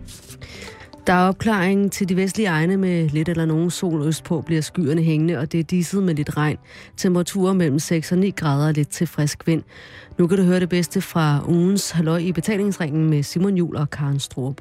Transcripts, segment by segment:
Der er opklaring til de vestlige egne med lidt eller nogen sol østpå bliver skyerne hængende, og det er disset med lidt regn. Temperaturer mellem 6 og 9 grader og lidt til frisk vind. Nu kan du høre det bedste fra ugens halløj i betalingsringen med Simon Juhl og Karen Strup.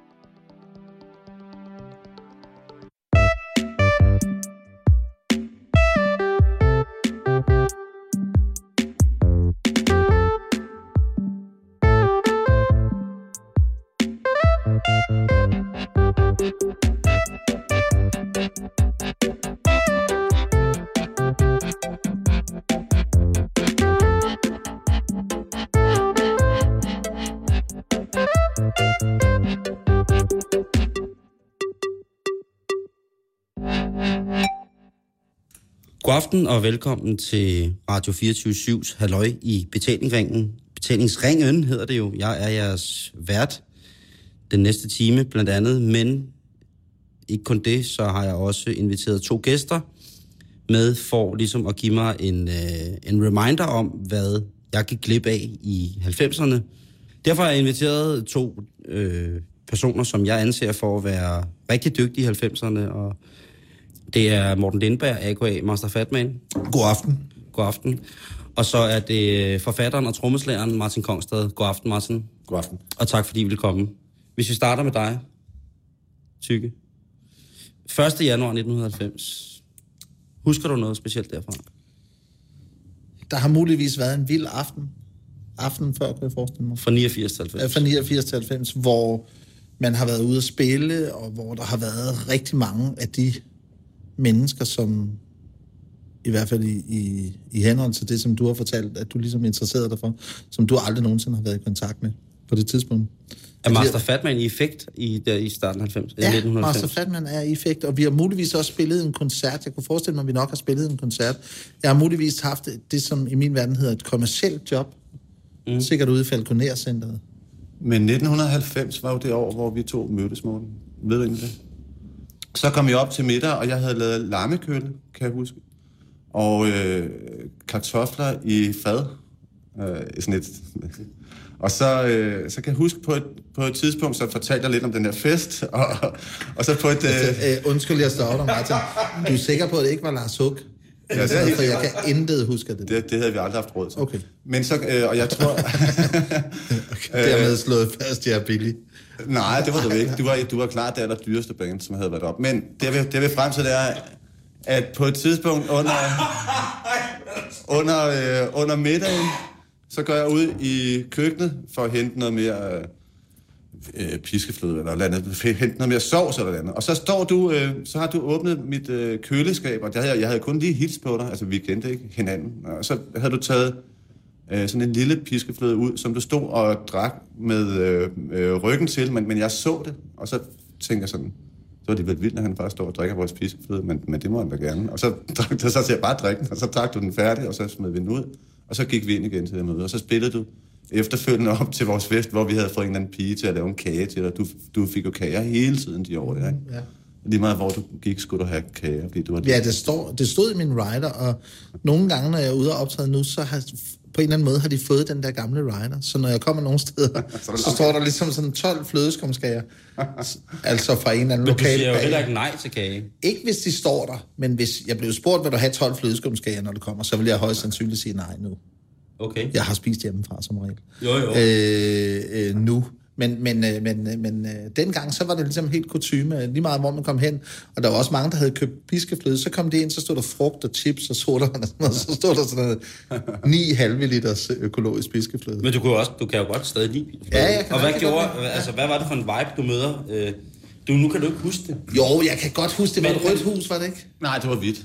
God aften og velkommen til Radio 24/7's halløj i betalingsringen. Betalingsringen hedder det jo. Jeg er jeres vært den næste time blandt andet, men ikke kun det, så har jeg også inviteret 2 gæster med for ligesom at give mig en reminder om, hvad jeg gik glip af i 90'erne. Derfor har jeg inviteret 2 personer, som jeg anser for at være rigtig dygtige i 90'erne, og det er Morten Lindberg, a.k.a. Master Fatman. God aften. God aften. Og så er det forfatteren og trommeslageren Martin Kongstad. God aften, Martin. God aften. Og tak, fordi I ville komme. Hvis vi starter med dig, Tykke. 1. januar 1990. Husker du noget specielt derfra? Der har muligvis været en vild aften. Aftenen før, kan jeg forestille mig. Fra 89 til 90. Fra 89 til 90, hvor man har været ude at spille, og hvor der har været rigtig mange af de mennesker, som i hvert fald i henhold til det, som du har fortalt, at du ligesom interesserede dig for, som du aldrig nogensinde har været i kontakt med på det tidspunkt. Er Master Fatman i effekt i starten af 90? Ja, 1990? Master Fatman er i effekt, og vi har muligvis også spillet en koncert. Jeg kunne forestille mig, at vi nok har spillet en koncert. Jeg har muligvis haft det, som i min verden hedder et kommercielt job. Sikkert ude i Falconer-centeret. Men 1990 var jo det år, hvor vi 2 mødtes, Morten. Ved du egentlig det? Så kom jeg op til middag, og jeg havde lavet lammekølle, kan jeg huske. Og kartofler i fad. Sådan et. Og så kan jeg huske på et tidspunkt, så fortalte jeg lidt om den her fest, og så på et... Undskyld, jeg stopper dig, Martin. Du er sikker på, at det ikke var Lars Hug? Ja, det for jeg kan intet huske det. Det havde vi aldrig haft råd til. Okay. Men så, og jeg tror... okay, dermed slået fast, jeg er billig. Nej, det var du ikke. Du var klart det allerdyreste band, som havde været op. Men det jeg vil frem til, det er, at på et tidspunkt under middagen, så går jeg ud i køkkenet for at hente noget mere piskefløde eller andet, hente noget mere sovs eller andet. Og så står du, så har du åbnet mit køleskab, og jeg havde kun lige hils på dig, altså vi kendte ikke hinanden. Og så havde du taget sådan en lille piskefløde ud, som du stod og drak med ryggen til, men jeg så det, og så tænkte jeg sådan, så var det vel vildt, når han bare står og drikker vores piskefløde, men det må han da gerne. Og så sagde jeg bare drikke den, og så drak du den færdig, og så smed vi den ud, og så gik vi ind igen til det møde, og så spillede du efterfølgende op til vores fest, hvor vi havde fået en eller anden pige til at lave en kage til dig. Du fik jo kager hele tiden de år, ikke? Ja. Lige meget hvor du gik, skulle du have kager, fordi du var... Ja, det stod i min rider, og nogle gange, når jeg er ude og optræde nu, så har på en eller anden måde har de fået den der gamle rider. Så når jeg kommer nogle steder, så står der ligesom sådan 12 flødeskumskager. Altså fra en eller anden lokal. Men du siger jo heller ikke nej til kage. Ikke hvis de står der, men hvis jeg blev spurgt, vil du have 12 flødeskumskager, når du kommer, så vil jeg højst sandsynligt sige nej nu. Okay. Jeg har spist hjemmefra som regel. Jo. Nu. Men dengang, så var det ligesom helt kutyme, lige meget hvor man kom hen, og der var også mange, der havde købt piskefløde, så kom det ind, så stod der frugt og chips og sodavand, og så stod der sådan noget 9 halve liters økologisk piskefløde. Men du kan jo godt stadig lide piskefløde. Ja, jeg kan. Og hvad var det for en vibe, du møder? Nu kan du ikke huske det. Jo, jeg kan godt huske det. Var et rødt hus, var det ikke? Nej, det var hvidt.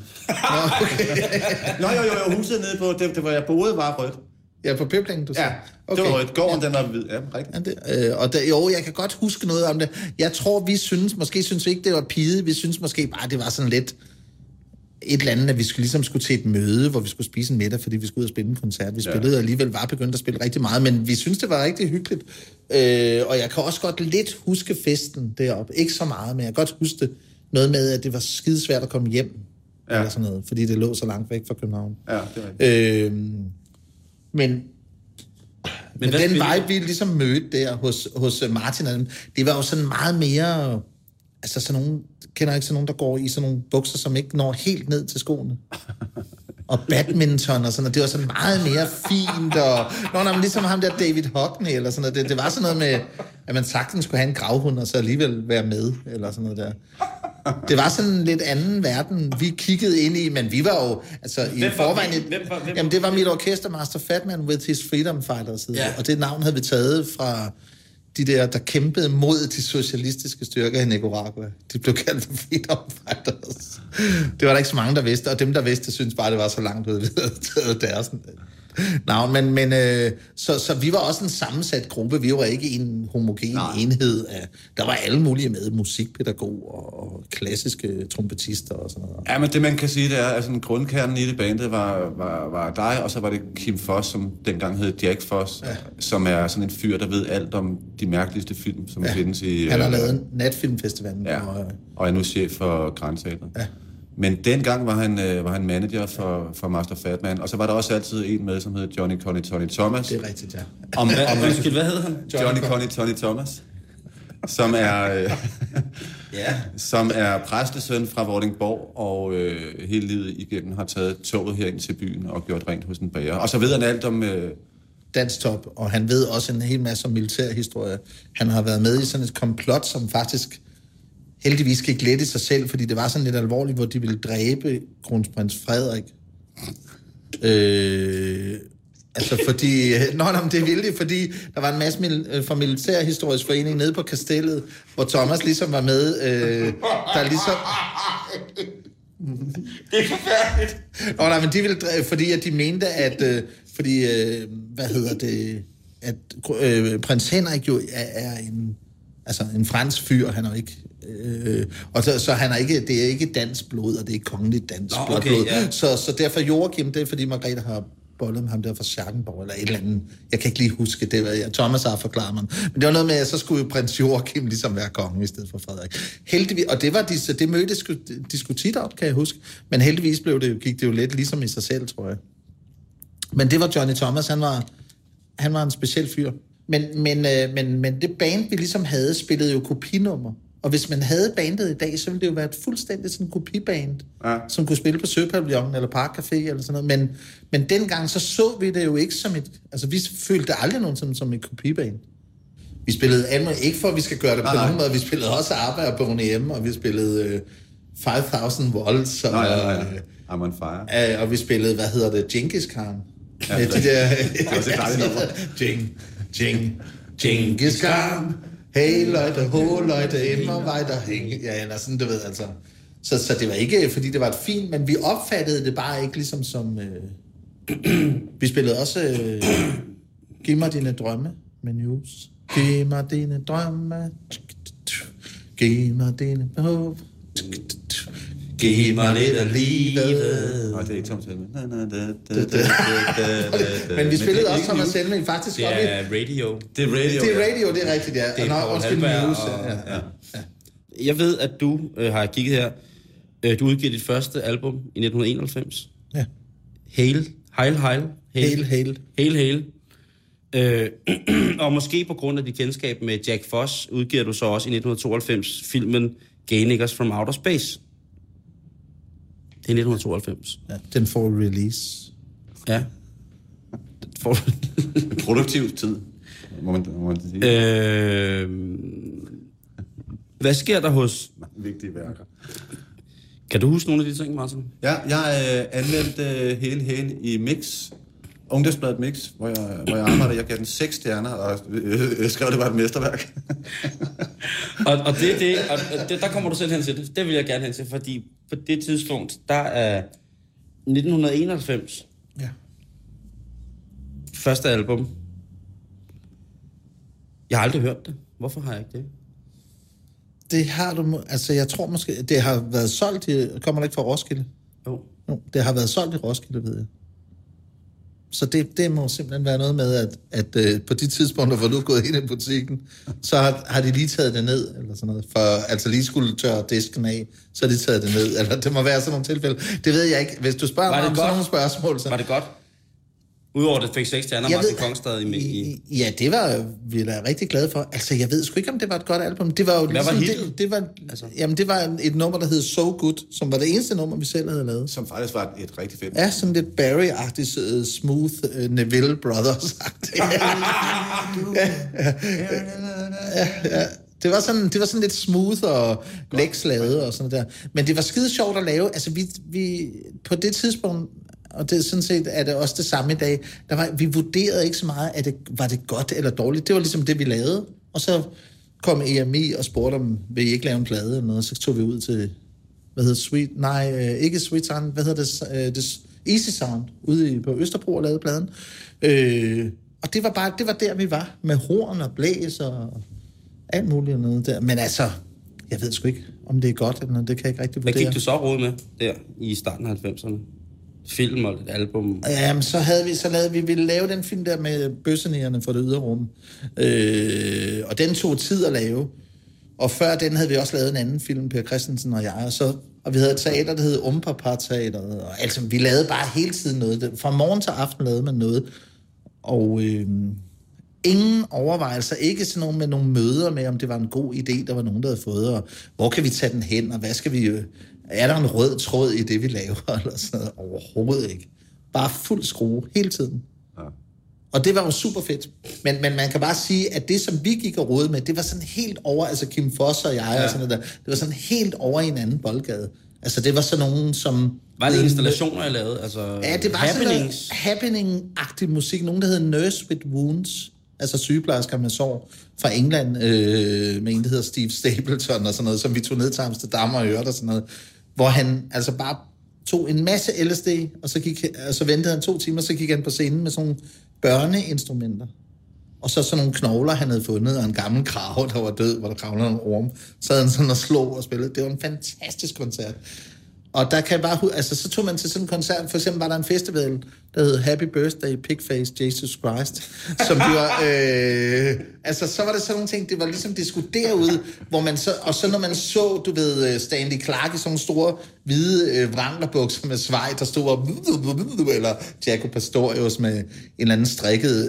Nå, okay. Jo, huset nede på, det hvor jeg boede, var rødt. Ja, på Pøblingen, du siger? Ja, okay. Det var rødt. Gården, den var hvid. Ja, rigtigt. Jo, jeg kan godt huske noget om det. Jeg tror, måske synes vi ikke, det var pide. Vi synes måske bare, det var sådan lidt et eller andet, at vi skulle til et møde, hvor vi skulle spise en middag, fordi vi skulle ud og spille en koncert. Vi spillede alligevel var begyndt at spille rigtig meget, men vi synes det var rigtig hyggeligt. Og jeg kan også godt lidt huske festen deroppe. Ikke så meget, men jeg kan godt huske det. Noget med, at det var skidesvært at komme hjem. Ja. Eller sådan noget, fordi det lå så langt væk fra København. Ja, det er rigtigt. Men Men den vibe, vi ligesom mødte der hos Martin, det var jo sådan meget mere... Altså sådan nogle... Kender ikke sådan nogen, der går i sådan nogle bukser, som ikke når helt ned til skoene? Og badminton og sådan noget. Det var sådan meget mere fint, og... Når man ligesom ham der David Hockney eller sådan noget. Det var sådan noget med, at man sagtens skulle have en gravhund, og så alligevel være med, eller sådan noget der. Det var sådan en lidt anden verden, vi kiggede ind i, men vi var jo... Altså, i forvejen... Jamen, det var mit orkester, Master Fatman with his Freedom Fighters. Ja. Og det navn havde vi taget fra... de der kæmpede mod de socialistiske styrker i Nicaragua. De blev kaldt for Freedom Fighters. Det var der ikke så mange, der vidste, og dem, der vidste, synes bare, det var så langt ud af deres navn. Så vi var også en sammensat gruppe. Vi var ikke en homogen enhed. Der var alle mulige med, musikpædagoger og klassiske trompetister og sådan noget. Ja, men det man kan sige, det er, at grundkernen i det bandet var dig, og så var det Kim Foss, som dengang hed Jack Foss, som er sådan en fyr, der ved alt om de mærkeligste film, som findes i... Han har lavet Natfilmfestivalen. Ja, og er nu chef for Grænteatret. Ja. Men dengang var han manager for Master Fatman, og så var der også altid en med, som hed Johnny Connie Tony Thomas. Det er rigtigt, ja. Hvad hed han? Johnny Connie Tony Thomas, som er som er præstesøn fra Vordingborg, og hele livet igennem har taget toget herind til byen og gjort rent hos en bager. Og så ved han alt om... Danstop, og han ved også en hel masse om militærhistorie. Han har været med i sådan et komplot, som faktisk... heldigvis gik let i sig selv, fordi det var sådan lidt alvorligt, hvor de ville dræbe kronprins Frederik. Altså fordi... det ville de, fordi der var en masse fra Militærhistorisk Forening nede på kastellet, hvor Thomas ligesom var med. Der ligesom... Det er forfærdeligt. Men de ville dræbe, fordi at de mente, at... at prins Henrik jo er en fransk fyr, han er jo ikke... og så han er ikke, det er ikke dansk blod, og det er ikke kongeligt dansk blod. Ja. Så derfor Joachim, det er fordi Margrethe har bollet med ham der fra Schackenborg, eller et eller andet. Jeg kan ikke lige huske det. Thomas har forklaret mig. Men det var noget med, at så skulle jo prins Joachim ligesom være konge i stedet for Frederik. Heldigvis, og det mødte de skulle tit op, kan jeg huske. Men heldigvis gik det jo lidt ligesom i sig selv, tror jeg. Men det var Johnny Thomas, han var en speciel fyr. Men det band, vi ligesom havde, spillede jo kopinummer. Og hvis man havde bandet i dag, så ville det jo være et fuldstændig sådan kopiband, som kunne spille på Søpavillonen eller Park Café eller sådan noget. Men dengang så vi det jo ikke som et... Altså, vi følte aldrig nogen som et kopiband. Vi spillede ikke for, at vi skal gøre det på nogen måde. Vi spillede også Arbejder på Boniem, og vi spillede 5,000 Volts. Og, I'm on fire. Og vi spillede, Genghis Khan. Ja, de der... Det var så dejligt. Genghis Khan. Hey, Leute, Leute, immer weiter hænge. Ja, eller sådan, du ved, altså. Så det var ikke, fordi det var et fint, men vi opfattede det bare ikke ligesom som... Vi spillede også Giv mig dine drømme med News. Giv mig dine drømme. Giv mig dine behov. Giv mig lidt af livet. Og det er ikke Thomas Helme. Men vi spillede også Thomas Helme, faktisk. Det er Radio. Det er Radio, det er rigtigt, ja. Det er Paul Halberg. Ja. Jeg ved, at du har kigget her. Du udgiver dit første album i 1991. Ja. Hail. Og måske på grund af dit kendskab med Jack Foss, udgiver du så også i 1992 filmen Gay Niggers from Outer Space. Det er 1992. Ja, den får release. Ja. Produktiv tid, må man sige. Hvad sker der hos... Vigtige værker. Kan du huske nogle af de ting, Martin? Ja, jeg anmeldte hele i Mix, Ungdomsbladet Mix, hvor jeg arbejdede. Jeg gav den 6 stjerner, og jeg skrev, det var et mesterværk. og der kommer du selv hen til det. Det vil jeg gerne hen til, fordi på det tidspunkt, der er 1991. Ja. Første album. Jeg har aldrig hørt det. Hvorfor har jeg ikke det? Det har du... Altså, jeg tror måske... Det har været solgt i... Kommer det ikke fra Roskilde? Jo. Det har været solgt i Roskilde, ved jeg. Så det må simpelthen være noget med, at på de tidspunkter, hvor du er gået ind i butikken, så har de lige taget det ned, eller sådan noget. For altså lige skulle tørre disken af, så har de taget det ned. Eller det må være sådan nogle tilfælde. Det ved jeg ikke. Hvis du spørger mig om sådan nogle spørgsmål... Så... Var det godt? Udover det fik 6 stjerner, Martin Kongstad i... Ja, det var vi da rigtig glade for. Altså, jeg ved sgu ikke, om det var et godt album. Det var jo ligesom... Det var et nummer, der hed So Good, som var det eneste nummer, vi selv havde lavet. Som faktisk var et rigtig fedt. Ja, sådan lidt Barry-agtigt, smooth Neville Brothers-agtigt. Ja. Det var sådan lidt smooth og læksladet og sådan der. Men det var skide sjovt at lave. Altså, vi på det tidspunkt... Og det sådan set er det også det samme i dag. Vi vurderede ikke så meget, var det godt eller dårligt. Det var ligesom det, vi lavede. Og så kom EMI og spurgte, om vil I ikke lave en plade eller noget. Så tog vi ud til, ikke Sweet Sound, det Easy Sound, ude på Østerbro og lavede pladen. Og det var der, vi var, med horn og blæs og alt muligt og noget der. Men altså, jeg ved sgu ikke, om det er godt eller noget. Det kan jeg ikke rigtig vurdere. Hvad gik du så råd med der i starten af 90'erne? Film og et album. Jamen, vi ville lave den film der med bøssenigerne fra det ydre rum. Og den tog tid at lave. Og før den havde vi også lavet en anden film, Per Christensen og jeg. Og vi havde et teater, der hed Umpapa-teateret. Og altså, vi lavede bare hele tiden noget. Fra morgen til aften lavede man noget. Og ingen overvejelser. Ikke sådan nogle med nogle møder med, om det var en god idé, der var nogen, der havde fået. Og hvor kan vi tage den hen, og hvad skal vi... Er der en rød tråd i det, vi laver? Eller sådan noget? Overhovedet ikke. Bare fuld skrue hele tiden. Ja. Og det var jo super fedt. Men man kan bare sige, at det, som vi gik og rodede med, det var sådan helt over, altså Kim Foss og jeg og sådan noget der, det var sådan helt over i en anden boldgade. Altså det var sådan nogen, som... Var det installationer, jeg lavede? Altså, ja, det var happenings. Sådan happening-agtig musik. Nogen, der hed Nurse with Wounds. Altså sygeplejersker med sår fra England, med en, der hedder Steve Stapleton og sådan noget, som vi tog ned til Amsterdam og hørte og sådan noget. Hvor han altså bare tog en masse LSD, og så ventede han 2 timer, så gik han på scenen med sådan nogle børneinstrumenter. Og så sådan nogle knogler, han havde fundet, og en gammel krave, der var død, hvor der kravlede en orm. Så havde han sådan og slog og spillede. Det var en fantastisk koncert. Og der kan bare... Altså, så tog man til sådan en koncert. For eksempel var der en festival, der hed Happy Birthday, Pigface, Jesus Christ. Som var... altså, så var det sådan nogle ting, det var ligesom, det skulle derud, hvor man så... Og så når man så, du ved, Stanley Clarke i sådan nogle store, hvide vranglerbukser med svej, der stod op... Eller Jaco Pastorius med en eller anden strikket,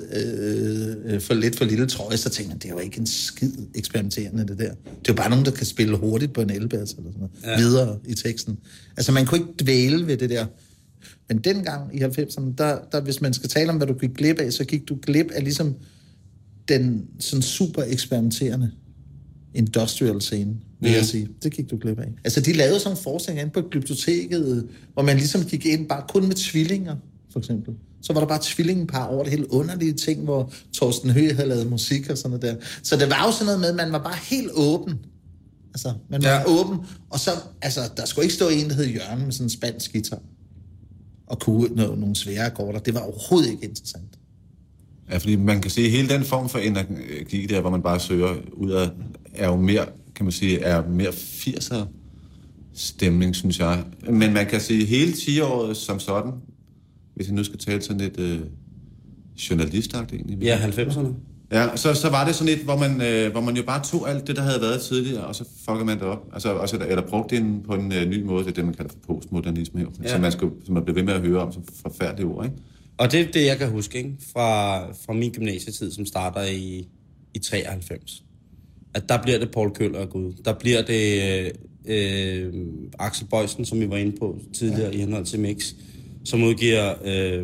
for lille trøje, så tænkte man, det er jo ikke en skid eksperimenterende, det der. Det er jo bare nogen, der kan spille hurtigt på en elbass eller sådan noget. Ja. Videre i teksten. Altså, man kunne ikke dvæle ved det der. Men dengang i 90'erne, der hvis man skal tale om, hvad du gik glip af, så gik du glip af ligesom den sådan super eksperimenterende industrial scene, vil jeg sige. Det gik du glip af. Altså, de lavede sådan en forskning inde på Glyptoteket, hvor man ligesom gik ind bare kun med tvillinger, for eksempel. Så var der bare tvillingepar over det hele underlige ting, hvor Torsten Høgh havde lavet musik og sådan noget der. Så det var jo sådan noget med, at man var bare helt åben. Altså, man var åben, og så, altså, der skulle ikke stå en, der hed Jørgen med sådan en spansk guitar, og kunne nogle svære akkorder. Det var overhovedet ikke interessant. Ja, fordi man kan sige, at hele den form for energi der, hvor man bare søger ud af, er jo mere, kan man sige, er mere 80'er stemning, synes jeg. Men man kan sige, hele 10-året som sådan, hvis jeg nu skal tale sådan lidt journalistagtigt egentlig. Ja, 90'erne. Ja, så var det sådan lidt, hvor man jo bare tog alt det, der havde været tidligere, og så fucker man det op. Altså, eller brugte det på en ny måde, det er det, man kalder for postmodernisme, ja. Som man blev ved med at høre om som forfærdelige ord, ikke? Og det er det, jeg kan huske, ikke? Fra min gymnasietid, som starter i 93. At der bliver det Paul Køller og Gud. Der bliver det Axel Boysen, som vi var inde på tidligere i henhold til Mix, som udgiver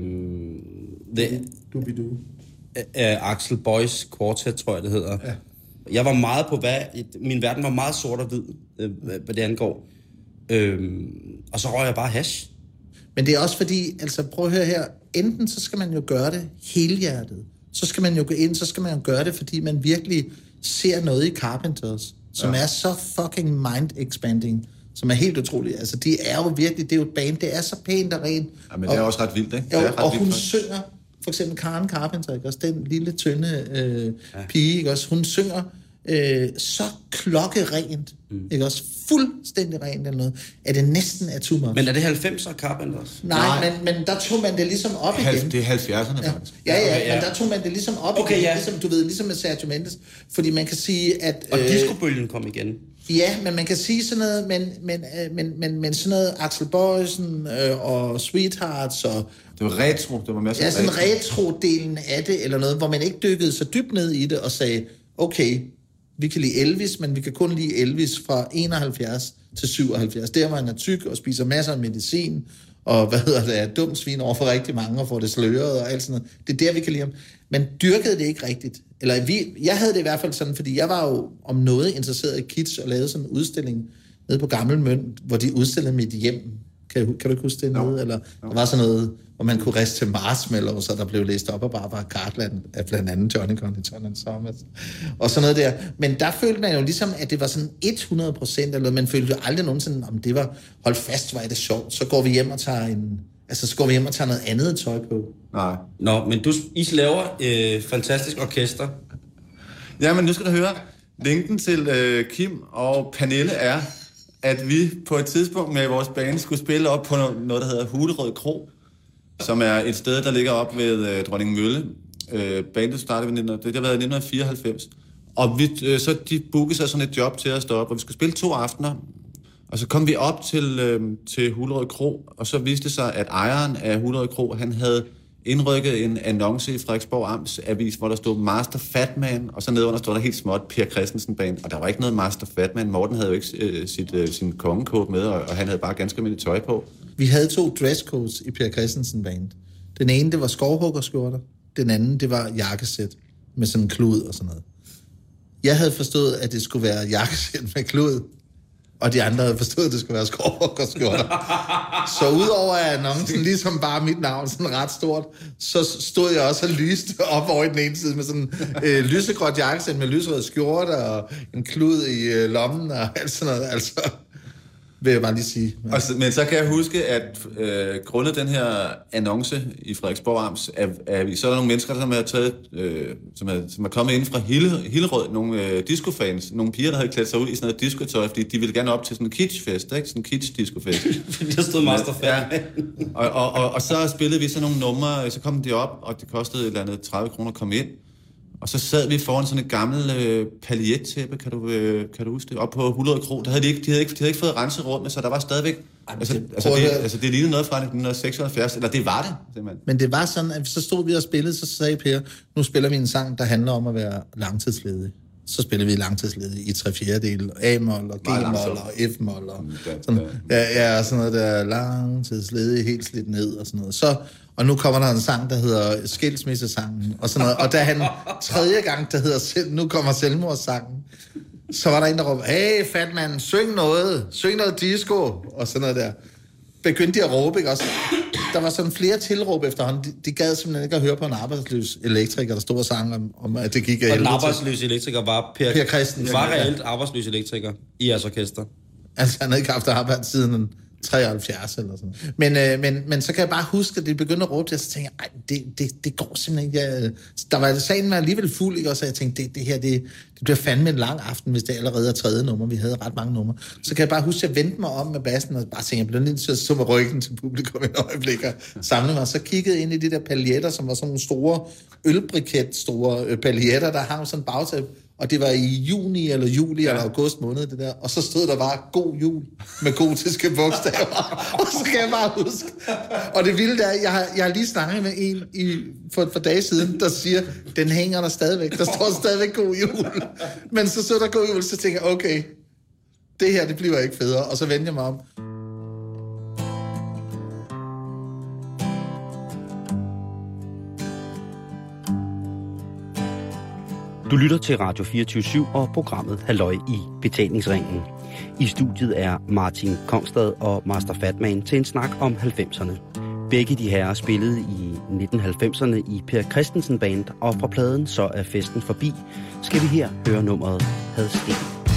Axel Boys Quartet, tror jeg, det hedder. Ja. Jeg var meget på, min verden var meget sort og hvid, hvad det angår. Og så røg jeg bare hash. Men det er også fordi, altså prøv at høre her, enten så skal man jo gøre det helhjertet, så skal man jo gå ind, så skal man jo gøre det, fordi man virkelig ser noget i Carpenters, som er så fucking mind-expanding, som er helt utroligt. Altså, de er jo virkelig, det er jo et band, det er så pænt og rent. Ja, men det er også ret vildt, ikke? Ja, og hun synger, for eksempel Karen Carpenter, ikke også? Den lille, tynde pige, ikke også? Hun synger så klokkerent, ikke også? Fuldstændig rent eller noget, at det næsten er too much. Men er det 90'er Carpenters? Nej. Men der tog man det ligesom op igen. Det er 70'erne faktisk. Ja, men der tog man det ligesom op igen, ligesom, du ved, ligesom med Sergio Mendes, fordi man kan sige, at... Og discobølgen kom igen. Ja, men man kan sige sådan noget, men sådan noget Axel Bojsen og Sweethearts og... Det var retro, det var masser af sådan retro-delen af det, eller noget, hvor man ikke dykkede så dybt ned i det og sagde, okay, vi kan lide Elvis, men vi kan kun lide Elvis fra 71 til 77. Der, hvor han er tyk og spiser masser af medicin, og er dumt svin over for rigtig mange, og får det sløret og alt sådan noget. Det er der, vi kan lide ham. Men dyrkede det ikke rigtigt. Eller jeg havde det i hvert fald sådan, fordi jeg var jo om noget interesseret i kitsch, og lavede sådan en udstilling nede på Gammel Mønt, hvor de udstillede mit hjem. Kan du ikke huske det nede? Eller der var sådan noget, hvor man kunne riste til marshmallows, så der blev læst op af Barbara Cartland af blandt andet Johnny Conditon and Summers. Og sådan noget der. Men der følte man jo ligesom, at det var sådan 100%, eller man følte jo aldrig nogensinde, om det var, hold fast, var det sjovt, så går vi hjem og tager noget andet tøj på. Nej. Nå, men I laver fantastisk orkester. Ja, men nu skal du høre, linken til Kim og Pernille er, at vi på et tidspunkt med vores band skulle spille op på noget, der hedder Hulerød Kro, som er et sted, der ligger op ved Dronningmølle. Bandet startede det har været i 1994. Og så de bookede sig sådan et job til at stå op, og vi skulle spille 2 aftener. Og så kom vi op til Hulerød Kro, og så viste det sig, at ejeren af Hulerød Kro, han havde indrykket en annonce i Frederiksborg Amts avis, hvor der stod Master Fatman, og så nedenunder stod der helt småt Per Christensen Band, og der var ikke noget Master Fatman. Morten havde jo ikke sin kongekåbe med, og han havde bare ganske almindeligt tøj på. Vi havde 2 dresscodes i Per Christensen Band. Den ene, det var skovhuggerskjorter, den anden, det var jakkesæt med sådan en klud og sådan noget. Jeg havde forstået, at det skulle være jakkesæt med klud, og de andre havde forstået, at det skulle være skovhuggerskjorter. Så udover at annoncen ligesom bare mit navn sådan ret stort, så stod jeg også og lyste op over i den ene side med sådan lysegråt jakkesæt med lyserød skjorte og en klud i lommen og alt sådan noget. Altså, vil jeg bare lige sige. Ja. Men så kan jeg huske, at grundet den her annonce i Frederiksborg Amts, så er der nogle mennesker, som har taget, som er kommet ind fra Hillerød, nogle discofans, nogle piger, der havde klædt sig ud i sådan noget discotøj, fordi de ville gerne op til sådan en kitschfest, ikke? Sådan en kitsch-discofest. Fordi der stod Master Fatman. Ja. Og så spillede vi sådan nogle numre, så kom de op, og det kostede et eller andet 30 kroner at komme ind. Og så sad vi foran sådan et gammelt paljettæppe, kan du huske det, op på Hulerød Kro. De havde ikke fået renset rummet, så der var stadigvæk... det lignede noget fra 1976, eller det var det, simpelthen. Men det var sådan, at så stod vi og spillede, så sagde Per, nu spiller vi en sang, der handler om at være langtidsledig. Så spiller vi langtidsledig i 3/4, A-mol og G-mol og F-mol og sådan, sådan noget der langtidsledig, helt slidt ned og sådan noget. Og nu kommer der en sang, der hedder Skilsmissesangen og sådan noget. Og da han 3. gang, der hedder Nu kommer selvmordssangen, så var der en, der råbte, hey, Fatman, syng noget disco, og sådan noget der. Begyndte de at råbe, ikke også? Der var sådan flere tilråb efterhånden. De gad simpelthen ikke at høre på en arbejdsløs elektriker, der stod og sang om at det gik af. Og den arbejdsløse elektriker var Per Christensen. Var reelt arbejdsløs elektriker i jeres orkester. Altså, han havde ikke haft arbejde siden 73 eller sådan. Men så kan jeg bare huske, at det begyndte at råbe til, og så tænkte jeg, det går simpelthen ikke. Der var sagen var alligevel fuld, ikke? Og så jeg tænkte, det her, det bliver fandme en lang aften, hvis det allerede er 3. nummer. Vi havde ret mange numre. Så kan jeg bare huske, at jeg vendte mig om med bassen, og bare tænkte, jeg blev nødt til at stå med ryggen til publikum et øjeblik og samle mig. Så kiggede ind i de der paljetter, som var sådan nogle store store paljetter, der hang sådan bagtæppe. Og det var i juni eller juli eller august måned, det der. Og så stod der bare god jul med gotiske bogstaver. Og så kan jeg bare huske. Og det vilde er, jeg har lige snakket med en for et par dage siden, der siger, den hænger der stadigvæk. Der står stadigvæk god jul. Men så der god jul, så tænker jeg, okay, det her, det bliver ikke federe. Og så vendte jeg mig om. Du lytter til Radio 24/7 og programmet Halløj i Betalingsringen. I studiet er Martin Kongstad og Master Fatman til en snak om 90'erne. Begge de herrer spillede i 1990'erne i Per Christensen Band, og fra pladen Så er festen forbi, skal vi her høre nummeret Hadsten.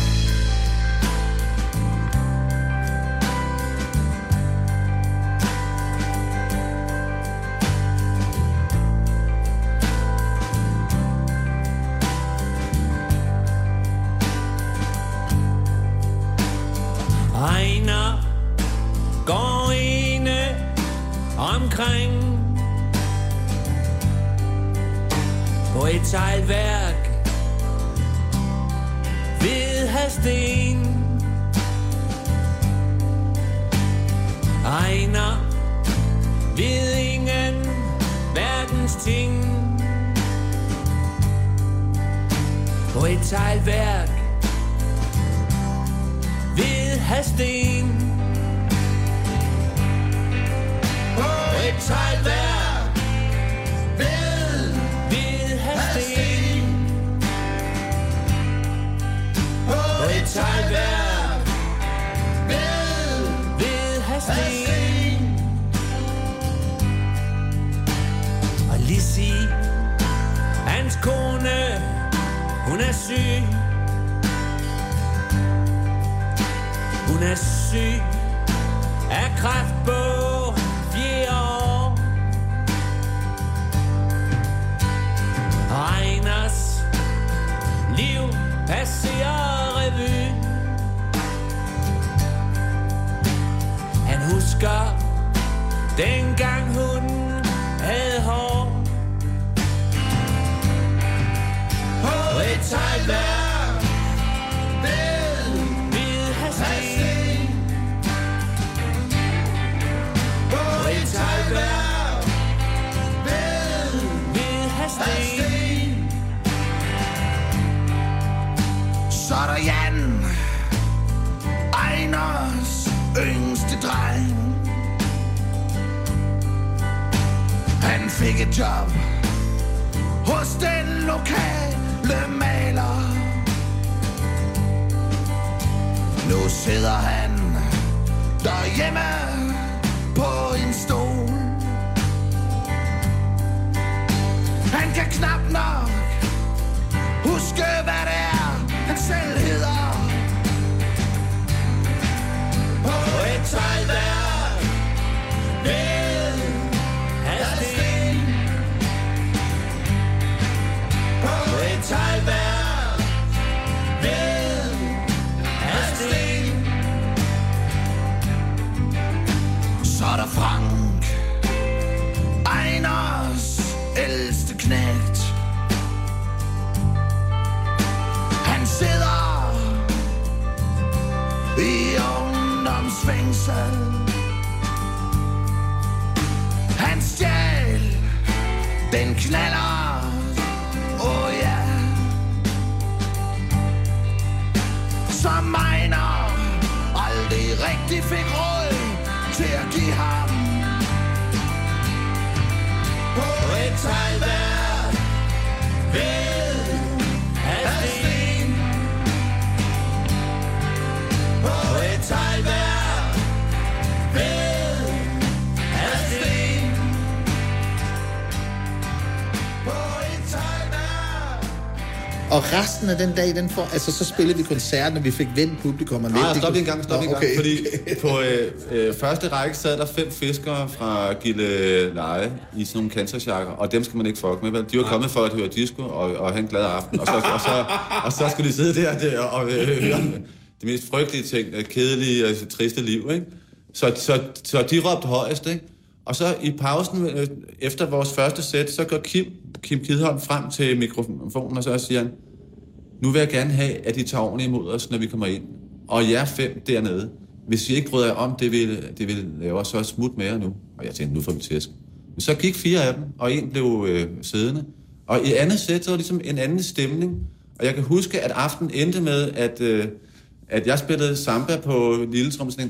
Går ene omkring på et teglværk ved Hadsten. teglværk ved Hadsten. På et teglværk ved Hadsten. På et teglværk ved Hadsten. Og Lissi, hans kone, hun er syg. Hun er syg af kræft på 4 år. Og Einars liv passerer revy. Han husker dengang hun havde hår. På et teglværk ved Hadsten. På et teglværk ved Hadsten. Så er der Jan, Einars yngste dreng. Han fik et job hos den lokale maler. Nu sidder han derhjemme på en stol. Han kan knap nok huske, hvad det er, han selv hedder. På et teglværk ved Hadsten. På et teglværk ved Hadsten. Så er der Frank, Einars ældste knægt. Han sidder i ungdomsfængsel. Han stjal den knaller, oh ja, som Einar aldrig rigtig fik råd til at give ham. På et teglværk ved Hadsten. På et teglværk ved Hadsten. På et teglværk. Og resten af den dag, altså så spillede vi koncerten, og vi fik vendt publikum. Nej, stop en gang. Fordi på første række sad der 5 fiskere fra Gilleleje i sådan nogle cancersjakker, og dem skal man ikke fuck med, vel? De var kommet for at høre disco og have en glad aften, og så skulle de sidde der og høre de mest frygtelige ting, kedelige og triste liv, ikke? Så de råbte højest, ikke? Og så i pausen, efter vores første sæt, så går Kim Kidholm frem til mikrofonen, og så siger han, nu vil jeg gerne have, at I tager ordentligt imod os, når vi kommer ind. Og jer 5 dernede, hvis I ikke bryder jer om det, vi laver, så smut med jer nu. Og jeg tænkte, nu får vi tæsk. Men så gik 4 af dem, og en blev siddende. Og i andet sæt, så var ligesom en anden stemning. Og jeg kan huske, at aftenen endte med, at jeg spillede samba på lille trommeslagning.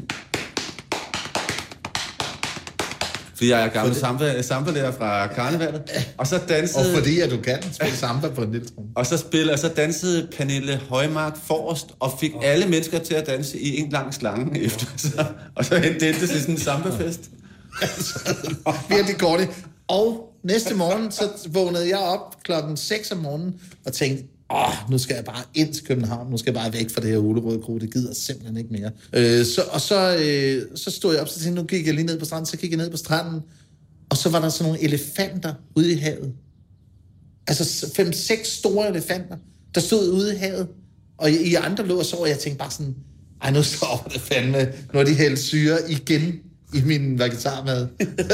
Fordi jeg er gammel samba-lærer fra karnevalet. Og så dansede... Og fordi at du kan spille samba på en lille trum. Og så dansede Pernille Højmark forrest, og fik alle mennesker til at danse i en lang slange efter. Og så endte det til sådan en samba-fest. Virkelig godt. Og næste morgen, så vågnede jeg op 6:00 om morgenen, og tænkte, nu skal jeg bare ind til København, nu skal jeg bare væk fra det her Ulerøde Kro, det gider simpelthen ikke mere. Så stod jeg op, så tænkte nu gik jeg lige ned på stranden, så gik jeg ned på stranden, og så var der sådan nogle elefanter ude i havet. Altså 5-6 store elefanter, der stod ude i havet, og I andre lå og så, og jeg tænkte bare sådan, nu stopper det fandme, nu er de hældt syre igen i min vegetarmad.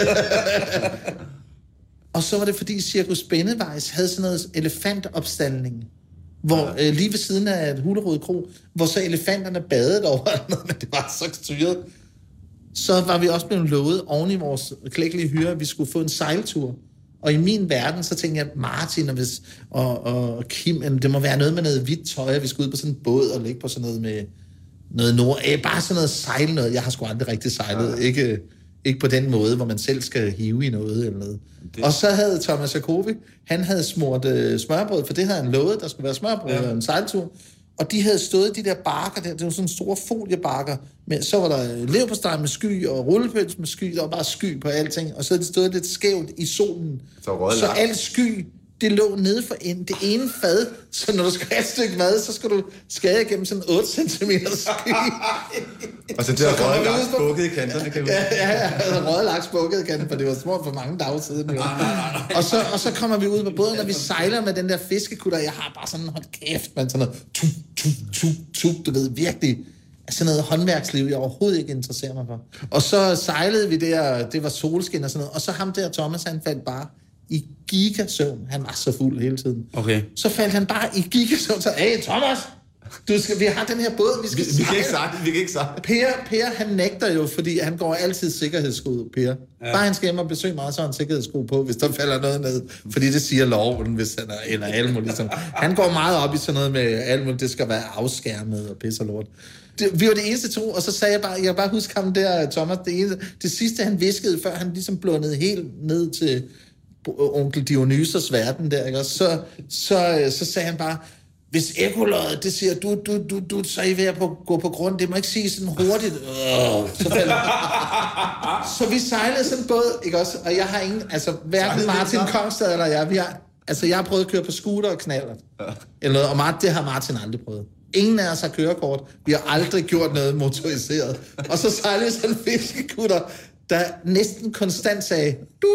Og så var det, fordi Cirkus Bennevejs havde sådan noget elefantopstaldning, hvor lige ved siden af Hulerøde Kro, hvor så elefanterne badede over, men det var så styret. Så var vi også blevet lovet oven i vores klækkelige hyre, at vi skulle få en sejltur Og i min verden, så tænkte jeg, Martin og Kim, det må være noget med noget hvidt tøj, og vi skal ud på sådan en båd og ligge på sådan noget med noget bare sådan noget sejle noget. Jeg har sgu aldrig rigtig sejlet. Ikke på den måde, hvor man selv skal hive i noget eller noget. Og så havde Thomas Jacobi, han havde smurt smørbrød, for det havde han lovet, der skulle være smørbrød og en sejltur. Og de havde stået de der bakker der, det var sådan store foliebakker, men så var der leverpostej med sky og rullepøls med sky, der var bare sky på alting, og så havde de stået lidt skævt i solen. Så alt sky, det lå nede for det ene fad, så når du skal have et stykke mad, så skal du skære igennem sådan 8 cm sky. Og så det var røget laks bukket i kanterne, kan du? Ja, røget laks bukket i kanterne, for det var smurt for mange dage siden. Og så kommer vi ud på båden, og vi sejler med den der fiskekutter, jeg har bare sådan, hold kæft, man, sådan noget, du ved, virkelig, sådan noget håndværksliv, jeg overhovedet ikke interesserer mig for. Og så sejlede vi der, det var solskin og sådan noget, og så ham der, Thomas, han faldt bare i gigasøvn. Han var så fuld hele tiden. Okay. Så faldt han bare i gigasøvn, så, hey Thomas, vi har den her båd, vi skal Vi kan ikke sagt. Per, han nægter jo, fordi han går altid sikkerhedssko, Per. Ja. Bare han skal hjem og besøge meget, så har han sikkerhedssko på, hvis der falder noget ned. Fordi det siger loven, hvis han er, eller alt muligt. Ligesom. Han går meget op i sådan noget med alt muligt, det skal være afskærmet og pisse og lort. Vi var det eneste to, og så sagde jeg bare, bare huske ham der, Thomas, det sidste han viskede, før han ligesom blundede helt ned til onkel Dionysos verden der, ikke? Og så sagde han bare, hvis ekkoløjet, det siger, du så er I ved at gå på grund, det må ikke sige sådan hurtigt. Så vi sejlede sådan en båd, ikke også? Og jeg har ingen, altså hverken Martin Kongstad eller jeg, jeg har prøvet at køre på scooter og knaller. Eller noget, og det har Martin aldrig prøvet. Ingen af os har kørekort. Vi har aldrig gjort noget motoriseret. Og så sejlede sådan en fiskekutter, der næsten konstant sagde,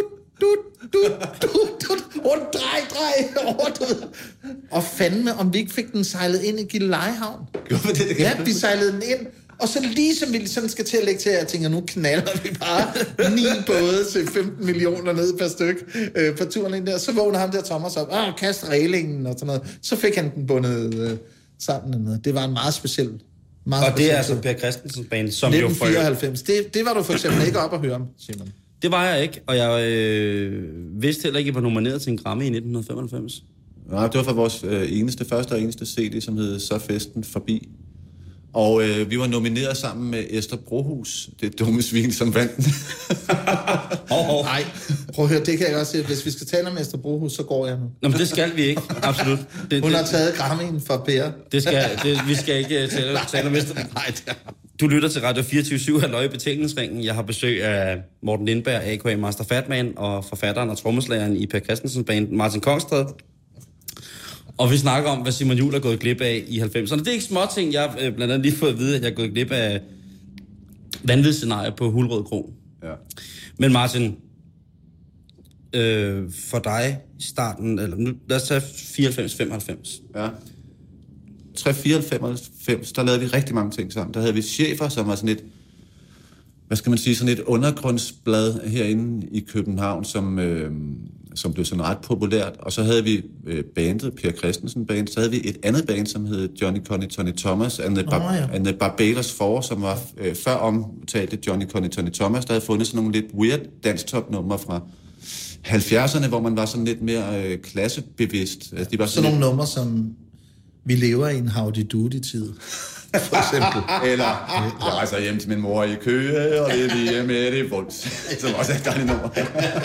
drej. Og fandme, om vi ikke fik den sejlet ind i Gillelejehavn. Ja, vi sejlede den ind. Og så ligesom vi sådan skal til at lægge til, at jeg tænker, nu knaller vi bare 9 både til 15 millioner ned per styk på turen ind der. Så vågner ham der Thomas op, kast reglingen og sådan noget. Så fik han den bundet sammen. Det var en meget speciel. Og det er altså Per Christensens band, som 1994. Det var du for eksempel ikke op at høre om, Simon. Det var jeg ikke, og jeg vidste heller ikke, at jeg var nomineret til en Grammy i 1995. Nej, det var for vores første og eneste CD, som hed Så festen forbi. Og vi var nomineret sammen med Esther Brohus, det dumme svin, som vandt den. Nej, prøv at høre, det kan jeg også sige. Hvis vi skal tale om Esther Brohus, så går jeg nu. Nå, men det skal vi ikke, absolut. Hun har taget Grammy'en for Per. Vi skal ikke tale om Esther. Nej, du lytter til Radio 24/7, halløj i Betalingsringen. Jeg har besøg af Morten Lindberg, a.k.a. Master Fatman, og forfatteren og trommeslageren i Per Christensens band, Martin Kongstad. Og vi snakker om, hvad Simon Juhl er gået glip af i 90'erne. Det er ikke småting. Jeg har blandt andet lige fået at vide, at jeg er gået glip af vanvidsscenarier på Hulrød Kro. Ja. Men Martin, for dig i starten, eller nu, lad os tage 94-95. Ja. 94, der lavede vi rigtig mange ting sammen. Der havde vi Chefer, som var sådan et, hvad skal man sige, sådan et undergrundsblad herinde i København, som blev sådan ret populært. Og så havde vi bandet, Per Christensen Band. Så havde vi et andet band, som hed Johnny Connie Tony Thomas and the Barbados Four, som var før omtalte Johnny Connie Tony Thomas. Der havde fundet sådan nogle lidt weird dancetop-numre fra 70'erne, hvor man var sådan lidt mere klassebevidst. Altså, de var sådan nogle numre, som vi lever i en howdy-doody-tid. For eksempel. Eller jeg rejser hjem til min mor i Køge, og det er lige med det vunds. Som også er et dejligt nummer.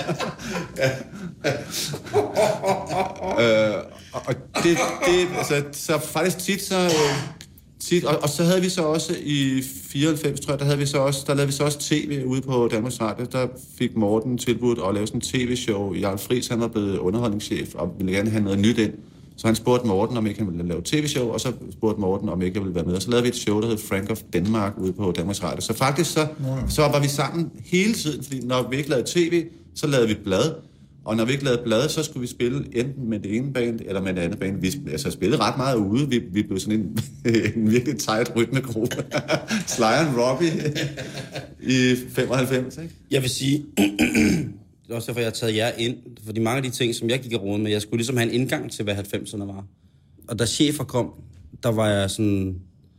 Og det altså, så faktisk tit, og så havde vi så også i 94, tror jeg, der lavede vi så også tv ude på Danmarks Radio. Der fik Morten tilbudt at lave sådan en tv-show. Jarl Friis, han var blevet underholdningschef, og ville gerne have noget nyt ind. Så han spurgte Morten, om ikke han ville lave tv-show, og så spurgte Morten, om ikke jeg ville være med. Og så lavede vi et show, der hed Frank of Denmark ude på Danmarks Radio. Så faktisk så var vi sammen hele tiden, fordi når vi ikke lavede tv, så lavede vi blad. Og når vi ikke lavede blad, så skulle vi spille enten med det ene band, eller med det andet band. Vi spillede ret meget ude. Vi blev sådan en virkelig tight rytmegruppe. Sly and Robbie i 95, ikke? Jeg vil sige, det er også derfor, jeg har taget jer ind. Fordi mange af de ting, som jeg gik og rode med, jeg skulle ligesom have en indgang til, hvad 90'erne var. Og da Chefer kom, der var jeg sådan...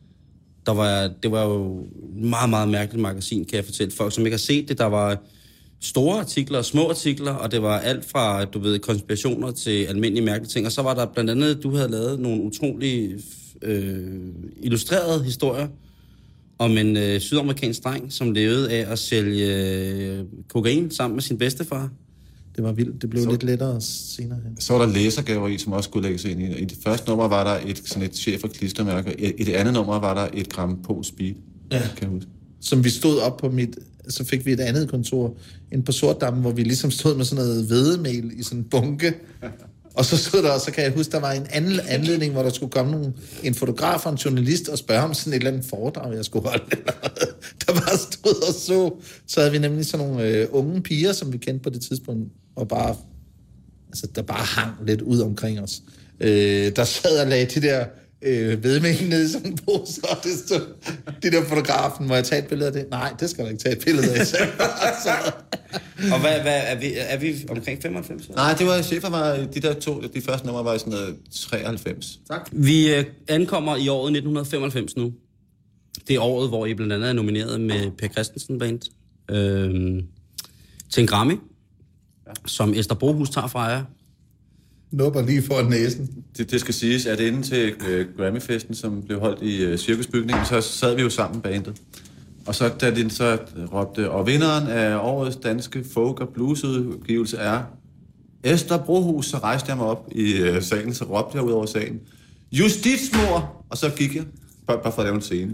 Det var jo et meget, meget mærkeligt magasin, kan jeg fortælle folk, som ikke har set det. Der var store artikler og små artikler, og det var alt fra, du ved, konspirationer til almindelige mærkelige ting. Og så var der blandt andet, du havde lavet nogle utrolig illustrerede historier om en sydamerikansk dreng, som levede af at sælge kokain sammen med sin bedstefar. Det var vildt. Det blev lidt lettere senere hen. Så var der læsergaver i, som også skulle lægges ind i. I det første nummer var der et chef- og klistermærke. I det andet nummer var der et gram på speed. Ja. Kan jeg huske. Som vi stod op på så fik vi et andet kontor inde på Sortdammen, hvor vi ligesom stod med sådan noget hvedemel i sådan en bunke. Og så stod der, og så kan jeg huske, der var en anden anledning, hvor der skulle komme en fotograf og en journalist og spørge om sådan et eller andet foredrag, jeg skulle holde. Der bare stod og så havde vi nemlig sådan nogle unge piger, som vi kendte på det tidspunkt, og bare, altså der bare hang lidt ud omkring os. Der sad og lagde de der vedmængden ned i sådan en pose, og det stod, de der fotografen, må jeg tage et billede af det? Nej, det skal du ikke tage et billede af. Og hvad er vi omkring 95? Nej, det var chefer, var de der de første numre var i sådan noget 93. Tak. Vi ankommer i året 1995 nu. Det er året, hvor I blandt andet er nomineret med Per Christensen Band til en Grammy, som Esther Brohus tager fra jer. Nupper lige for næsen. Det skal siges, at inden til Grammy-festen, som blev holdt i Cirkusbygningen, så sad vi jo sammen bandet. Og så da den så råbte, og vinderen af årets danske folk- og bluesudgivelse er Esther Brohus, så rejste jeg mig op i salen, så råbte jeg ud over salen, justitsmord! Og så gik jeg, bare for at lave en scene.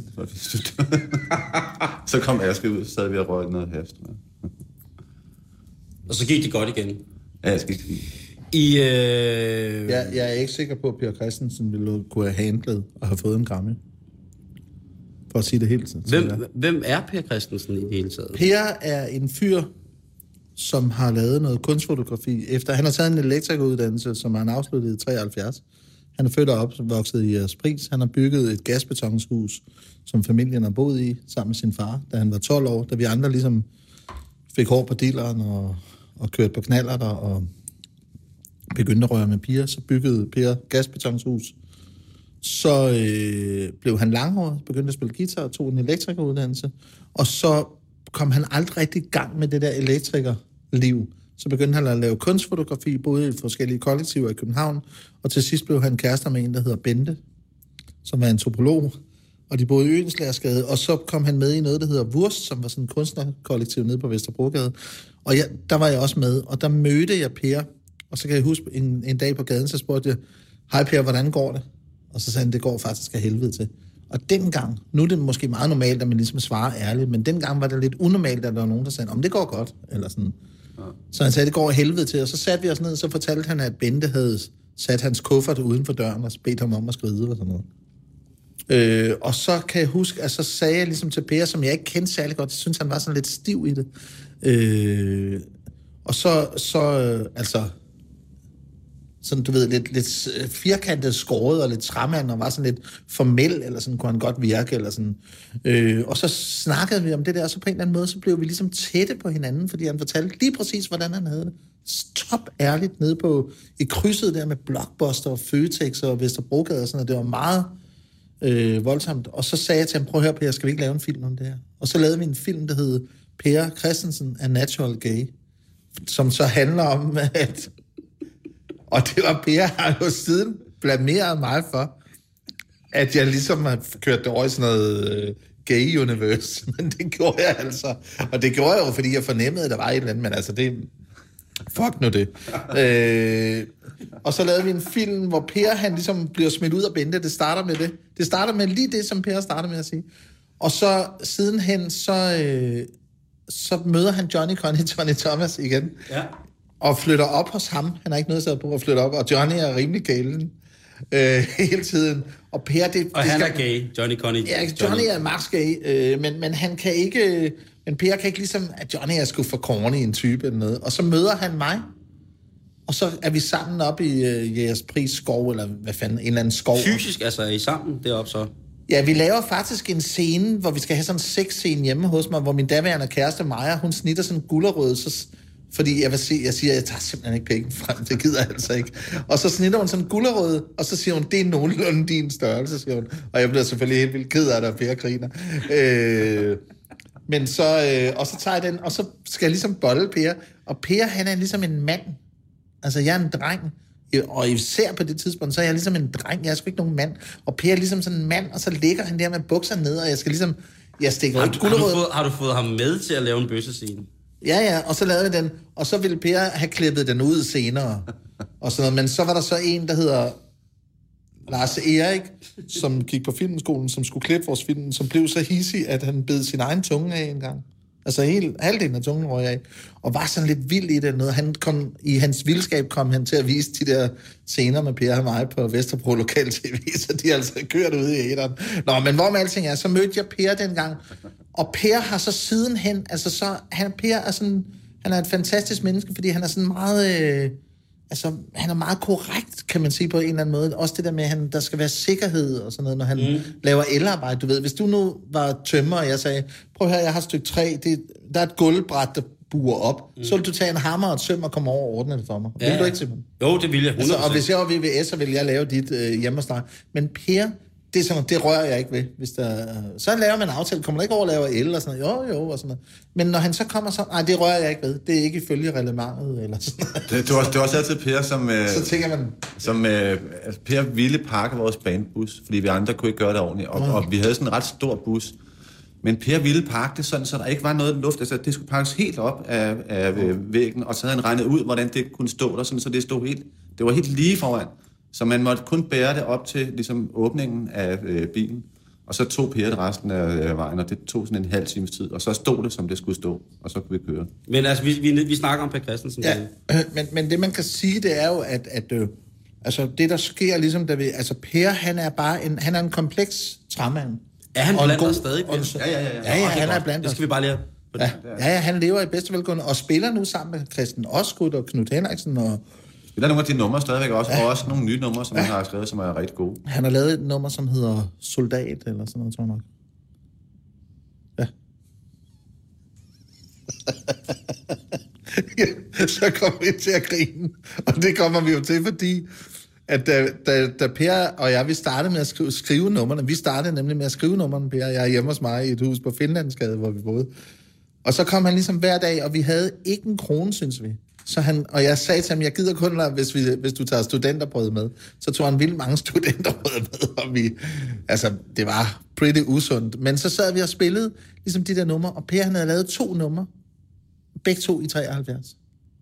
Så kom Aske ud, så sad vi og røg noget hast. Og så gik det godt igen. Ja, jeg skal ikke sige. Jeg er ikke sikker på, at Per Christensen ville kunne have handlet og have fået en Grammy. For at sige det helt sådan. Hvem er Per Christensen i det hele taget? Per er en fyr, som har lavet noget kunstfotografi. Han har taget en elektrikeruddannelse, som han afsluttede i 73. Han er født og opvokset i Jægerspris. Han har bygget et gasbetonshus, som familien har boet i, sammen med sin far, da han var 12 år. Da vi andre ligesom fik hår på dilleren og kørte på knallerter og begyndte at røre med piger, så byggede Per gasbetonshus. Så blev han langhåret, begyndte at spille guitar og tog en elektrikeruddannelse. Og så kom han aldrig rigtig i gang med det der elektrikerliv. Så begyndte han at lave kunstfotografi, både i forskellige kollektiver i København, og til sidst blev han kærester med en, der hedder Bente, som var antropolog, og de boede i Øenslagersgade, og så kom han med i noget, der hedder Wurst, som var sådan en kunstnerkollektiv nede på Vesterbrogade. Og der var jeg også med, og der mødte jeg Per, og så kan jeg huske en dag på gaden, så spurgte jeg, hej Per, hvordan går det? Og så sagde han, det går faktisk af helvede til. Og dengang, nu er det måske meget normalt, at man ligesom svarer ærligt, men dengang var det lidt unormalt, at der var nogen, der sagde, om det går godt, eller sådan. Ja. Så han sagde, det går af helvede til, og så satte vi os ned, og så fortalte han, at Bente havde sat hans kuffert uden for døren, og bedt ham om at skride og sådan noget. Og så kan jeg huske, at så sagde jeg ligesom til Per, som jeg ikke kendte særlig godt, jeg synes, han var sådan lidt stiv i det. Og så sådan, du ved, lidt firkantet skåret og lidt træmand, og var sådan lidt formel, eller sådan kunne han godt virke, eller sådan. Og så snakkede vi om det der, og så på en eller anden måde, så blev vi ligesom tætte på hinanden, fordi han fortalte lige præcis, hvordan han havde det. Top ærligt nede i krydset der med Blockbuster og Føtex og Vesterbrogade og sådan noget. Det var meget voldsomt. Og så sagde jeg til ham, prøv at høre, Per, skal vi ikke lave en film om det her? Og så lavede vi en film, der hed Per Christensen er Natural Gay, som så handler om, at... Og det var Per, har jo siden blameret mig for, at jeg ligesom har kørt det over i sådan noget gay universe. Men det gjorde jeg altså. Og det gjorde jeg jo, fordi jeg fornemmede, at der var et eller andet, men altså det... Fuck nu det. Og så lavede vi en film, hvor Per, han ligesom bliver smidt ud af Bente. Det starter med det. Det starter med lige det, som Per starter med at sige. Og så sidenhen, så møder han Johnny Thomas igen. Ja. Og flytter op hos ham. Han har ikke noget at på at flytte op. Og Johnny er rimelig galen hele tiden. Og Per, og han er gay. Johnny er max gay. Men han kan ikke... Men Per kan ikke ligesom, at Johnny er sgu for corny en type eller noget. Og så møder han mig. Og så er vi sammen op i Jægerspris skov, eller hvad fanden, en eller anden skov. Fysisk, altså er I sammen deroppe så? Ja, vi laver faktisk en scene, hvor vi skal have sådan en sexscene hjemme hos mig, hvor min daværende kæreste Maja, hun snitter sådan en gulerod, fordi jeg siger, jeg tager simpelthen ikke penge frem, det gider jeg altså ikke. Og så snitter hun sådan en gulerod, og så siger hun, det er nogenlunde din størrelse, siger hun. Og jeg bliver selvfølgelig helt vildt ked af det, og Per griner. Men så, og så tager jeg den, og så skal jeg ligesom bolle Per. Og Per, han er ligesom en mand. Altså, jeg er en dreng. Og især på det tidspunkt, så er jeg ligesom en dreng. Jeg er sgu ikke nogen mand. Og Per er ligesom sådan en mand, og så ligger han der med bukser ned, og jeg skal ligesom... Jeg stikker har du fået ham med til at lave en bøssescene? Ja, og så lavede vi den. Og så ville Per have klippet den ud senere. Og sådan noget. Men så var der så en, der hedder Lars Erik, som gik på filmskolen, som skulle klippe vores film, som blev så hissig, at han bed sin egen tunge af en gang. Altså halvdelen af tungen røg af. Og var sådan lidt vild i det. I hans vildskab kom han til at vise de der scener med Per og mig på Vesterbro Lokal TV, så de altså kørt ud i æderen. Nå, men hvor med alting er, så mødte jeg Per dengang. Og Per har så sidenhen, Per er sådan, han er et fantastisk menneske, fordi han er sådan meget... han er meget korrekt, kan man sige på en eller anden måde. Også det der med, at der skal være sikkerhed og sådan noget, når han laver elarbejde. Du ved, hvis du nu var tømrer, og jeg sagde, prøv her, jeg har et stykke træ, der er et gulvbræt, der buer op. Så vil du tage en hammer og et søm og komme over og ordne det for mig. Ja. Vil du ikke, Simon? Jo, det vil jeg 100%. Og hvis jeg var VVS, så ville jeg lave dit hjemmesnak. Men Per, det er sådan, det rører jeg ikke ved. Så laver man en aftale, kommer der ikke over at lave el og sådan noget. Jo, og sådan noget. Men når han så kommer så, nej, det rører jeg ikke ved. Det er ikke ifølge reglementet eller sådan noget. Det var også altid Per, som... så tænker man... Per ville pakke vores bandbus, fordi vi andre kunne ikke gøre det ordentligt. Og vi havde sådan en ret stor bus. Men Per ville pakke det sådan, så der ikke var noget luft. Altså, det skulle pakkes helt op af væggen, og så havde han regnet ud, hvordan det kunne stå der, sådan, så det stod helt... Det var helt lige foran. Så man måtte kun bære det op til ligesom, åbningen af bilen. Og så tog Per det resten af vejen, og det tog sådan en halv times tid. Og så stod det, som det skulle stå, og så kunne vi køre. Men altså, vi snakker om Per Christensen. Ja, men det man kan sige, det er jo, at det der sker ligesom, Per, han er bare han er en kompleks træmand. Er han blandt os stadig? Ja, han er blandt os. Det skal vi bare lære. Ja, han lever i bedste velgående, og spiller nu sammen med Christian Osgood og Knud Henriksen og... Der er nogle af de numre stadigvæk også, og også nogle nye numre, som han har skrevet, som er rigtig gode. Han har lavet et nummer, som hedder Soldat, eller sådan noget, tror jeg nok. Ja. Så kommer vi til at grine, og det kommer vi jo til, fordi at da Per og jeg, vi startede med at skrive numrene, vi startede nemlig med at skrive numrene, Per og jeg er hjemme hos mig i et hus på Finlandsgade, hvor vi boede. Og så kom han ligesom hver dag, og vi havde ikke en krone, synes vi. Og jeg sagde til ham, jeg gider kun lade, hvis du tager studenterbrød med. Så tog han vildt mange studenterbrød med, og det var pretty usundt. Men så sad vi og spillede ligesom de der numre, og Per han havde lavet 2 numre, begge 2 i 73.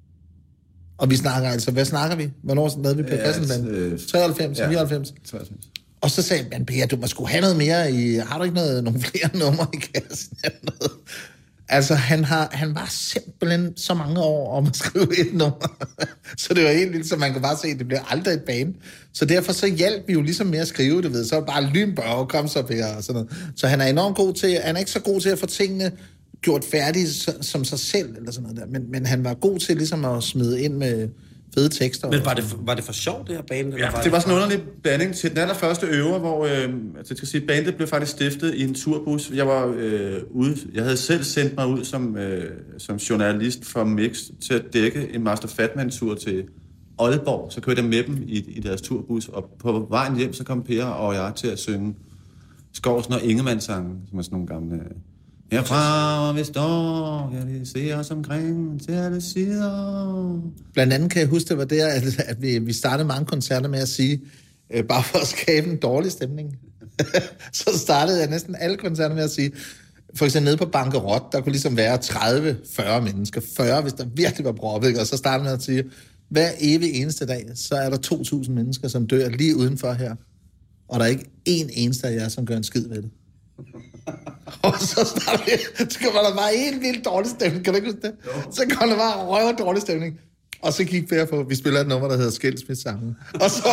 Og vi snakker altså, hvad snakker vi? Hvornår lavede vi Per Christensen? 93, 94? 93. Og så sagde man, Per, du må sgu have noget mere har du ikke nogle flere numre i kassen? Altså, han var simpelthen så mange år om at skrive et nummer. Så det var helt vildt, så man kunne bare se, at det bliver aldrig et band. Så derfor så hjalp vi jo ligesom med at skrive det, ved. Så var bare lynbørg, kom så, Per, og sådan noget. Så han er enormt god til, han er ikke så god til at få tingene gjort færdige som sig selv, eller sådan noget der. Men han var god til ligesom at smide ind med fede tekster. Men var det for sjovt, det her band? Ja, det var sådan en underlig blanding til den allerførste øver, hvor jeg skal sige, bandet blev faktisk stiftet i en turbus. Jeg var ude, jeg havde selv sendt mig ud som journalist for Mix til at dække en Master Fatman-tur til Aalborg. Så kørte jeg med dem i deres turbus, og på vejen hjem, så kom Per og jeg til at synge Skovsen og Ingemann-sangen, som er sådan nogle gamle... Herfra, vi står, kan vi se os omkring til alle sider. Blandt andet kan jeg huske, det var der, at vi startede mange koncerter med at sige, bare for at skabe en dårlig stemning. Så startede jeg næsten alle koncerter med at sige, for eksempel nede på Bankerot, der kunne ligesom være 30-40 mennesker. 40, hvis der virkelig var proppet, og så startede jeg med at sige, hver evig eneste dag, så er der 2.000 mennesker, som dør lige udenfor her. Og der er ikke én eneste af jer, som gør en skid ved det. Og så starter vi, så kommer der bare en vildt dårlig stemning, kan du ikke huske det? Jo. Så kommer der bare røv dårlig stemning. Og så gik Per på, vi spiller et nummer, der hedder Skilsmissangen. Og så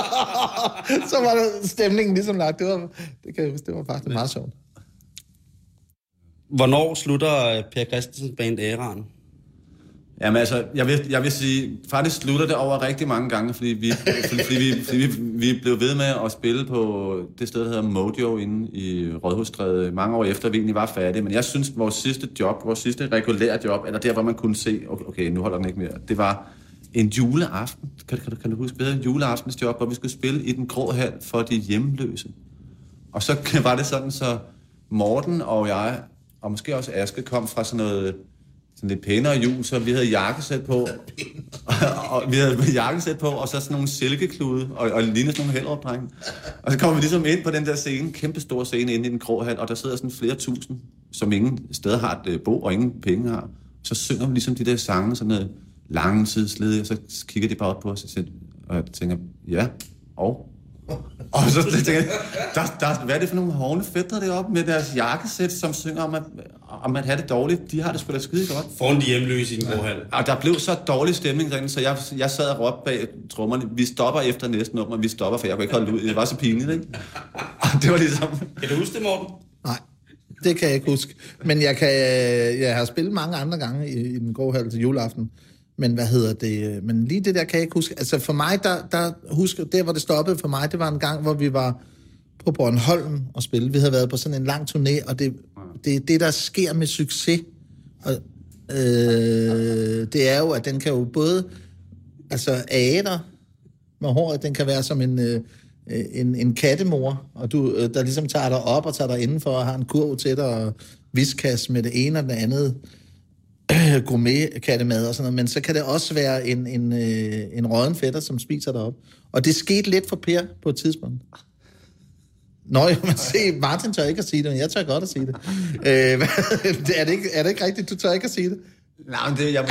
var det stemningen ligesom lagt. Det kan jeg huske, det var faktisk meget sjovt. Hvornår slutter Per Christensens band æraen? Jamen altså, jeg vil sige, faktisk slutter det over rigtig mange gange, fordi vi blev ved med at spille på det sted, der hedder Mojo inde i Rådhusstræde, mange år efter vi egentlig var færdige. Men jeg synes, vores sidste regulære job, eller der, hvor man kunne se, okay, nu holder den ikke mere, det var en juleaften. Kan du huske bedre? En juleaftensjob, hvor vi skulle spille i den grå hal for de hjemløse. Og så var det sådan, så Morten og jeg og måske også Aske, kom fra sådan lidt pænere jul, så vi havde jakkesæt på, og så sådan nogle silkeklude, og lignede sådan nogle Hellerup-drenge. Og så kommer vi ligesom ind på den der scene, kæmpe stor scene inde i den grå hal, og der sidder sådan flere tusind, som ingen steder har et bo, og ingen penge har. Så synger vi ligesom de der sange, sådan noget lange tidsledige, og så kigger de bare op på os, og jeg tænker, ja, og så tænker jeg, hvad er det for nogle hovne fætter deroppe med deres jakkesæt, som synger om at have det dårligt? De har det sgu da skide godt. Foran de hjemløse i den grå hal. Og der blev så dårlig stemning derinde, så jeg sad og råbte bag trommerne, vi stopper efter næste nummer, vi stopper, for jeg kunne ikke holde det ud. Det var så pinligt, ikke? Og det var ligesom... Kan du huske det, Morten? Nej, det kan jeg ikke huske. Men jeg har spillet mange andre gange i den grå hal til juleaften. Men men lige det der kan jeg ikke huske. Altså for mig, der husker, der hvor det stoppede for mig, det var en gang, hvor vi var på Bornholm og spille. Vi havde været på sådan en lang turné, og det der sker med succes, og, det er jo, at den kan jo både, altså æder med håret, den kan være som en kattemor, og du, der ligesom tager dig op og tager dig indenfor og har en kurv til dig og viskas med det ene og det andet gourmet-kattemad og sådan noget, men så kan det også være en rådden fætter, som spiser dig op. Og det skete lidt for Per på et tidspunkt. Nå, man se, Martin tør ikke at sige det, men jeg tør godt at sige det. Er det ikke rigtigt, du tør ikke at sige det? Nej, men jeg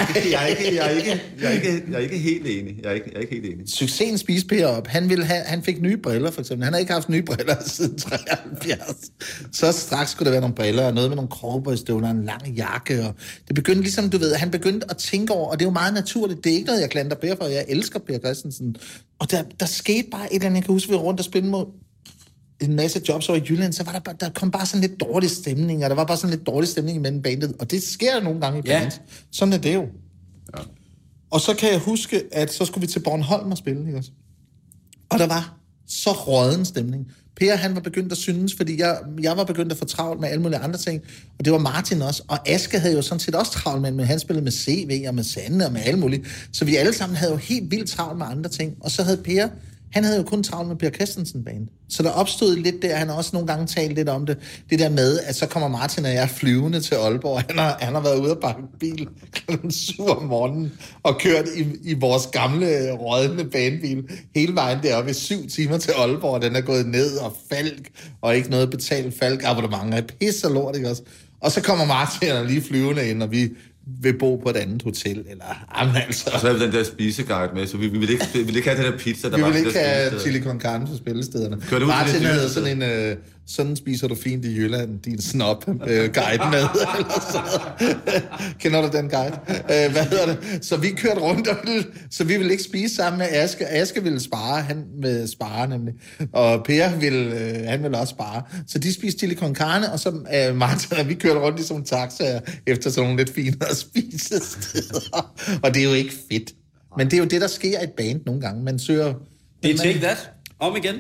er ikke helt enig. Jeg er ikke helt enig. Succesen spiste Per op. Han fik nye briller, for eksempel. Han har ikke haft nye briller siden 73. Så straks skulle der være nogle briller, og noget med nogle cowboystøvler, en lang jakke. Og det begyndte ligesom, du ved, han begyndte at tænke over, og det er jo meget naturligt. Det er ikke noget, jeg klandrer Per for. Jeg elsker Per Christensen. Og der skete bare et eller andet, jeg kan huske, vi var rundt og spille mod en masse jobs over i Jylland, så var der kom bare sådan lidt dårlig stemning, og der var bare sådan lidt dårlig stemning imellem bandet, og det sker nogle gange i bands. Ja. Sådan er det jo. Ja. Og så kan jeg huske, at så skulle vi til Bornholm og spille, ikke også? Og der var så rådden stemning. Per, han var begyndt at synes, fordi jeg var begyndt at få travlt med alle mulige andre ting, og det var Martin også, og Aske havde jo sådan set også travlt med, han spillede med CV og med Sande og med alle mulige, så vi alle sammen havde jo helt vildt travlt med andre ting, og så havde Per, han havde jo kun travlt med Per Christensen band. Så der opstod lidt der, han har også nogle gange talt lidt om det der med, at så kommer Martin og jeg flyvende til Aalborg. Han har været ude og pakke bil kl. 7 om morgenen og kørt i vores gamle rådne banebil hele vejen deroppe i 7 timer til Aalborg, og den er gået ned og Falk, og ikke noget betalt Falk-abonnement. Er pisse og lort, ikke også? Og så kommer Martin og lige flyvende ind, og vi vil bo på et andet hotel, eller altså. Og så havde vi den der spiseguide med, så vi ville ikke have den der pizza, der vi var. Vi ville ikke have chili con carne på spillestederne. Martin havde sådan en, sådan spiser du fint i Jylland, din snop-guide med. Kender du den guide? Hvad hedder det? Så vi kørte rundt, så vi ville ikke spise sammen med Aske. Aske ville spare, han med spare nemlig. Og Per han ville også spare. Så de spiste chili con carne, og så Martin og vi kørte rundt i sådan en taxa efter sådan nogle lidt finere spisesteder. Og det er jo ikke fedt. Men det er jo det, der sker i et band nogle gange. Man søger... Det er take that. Om igen.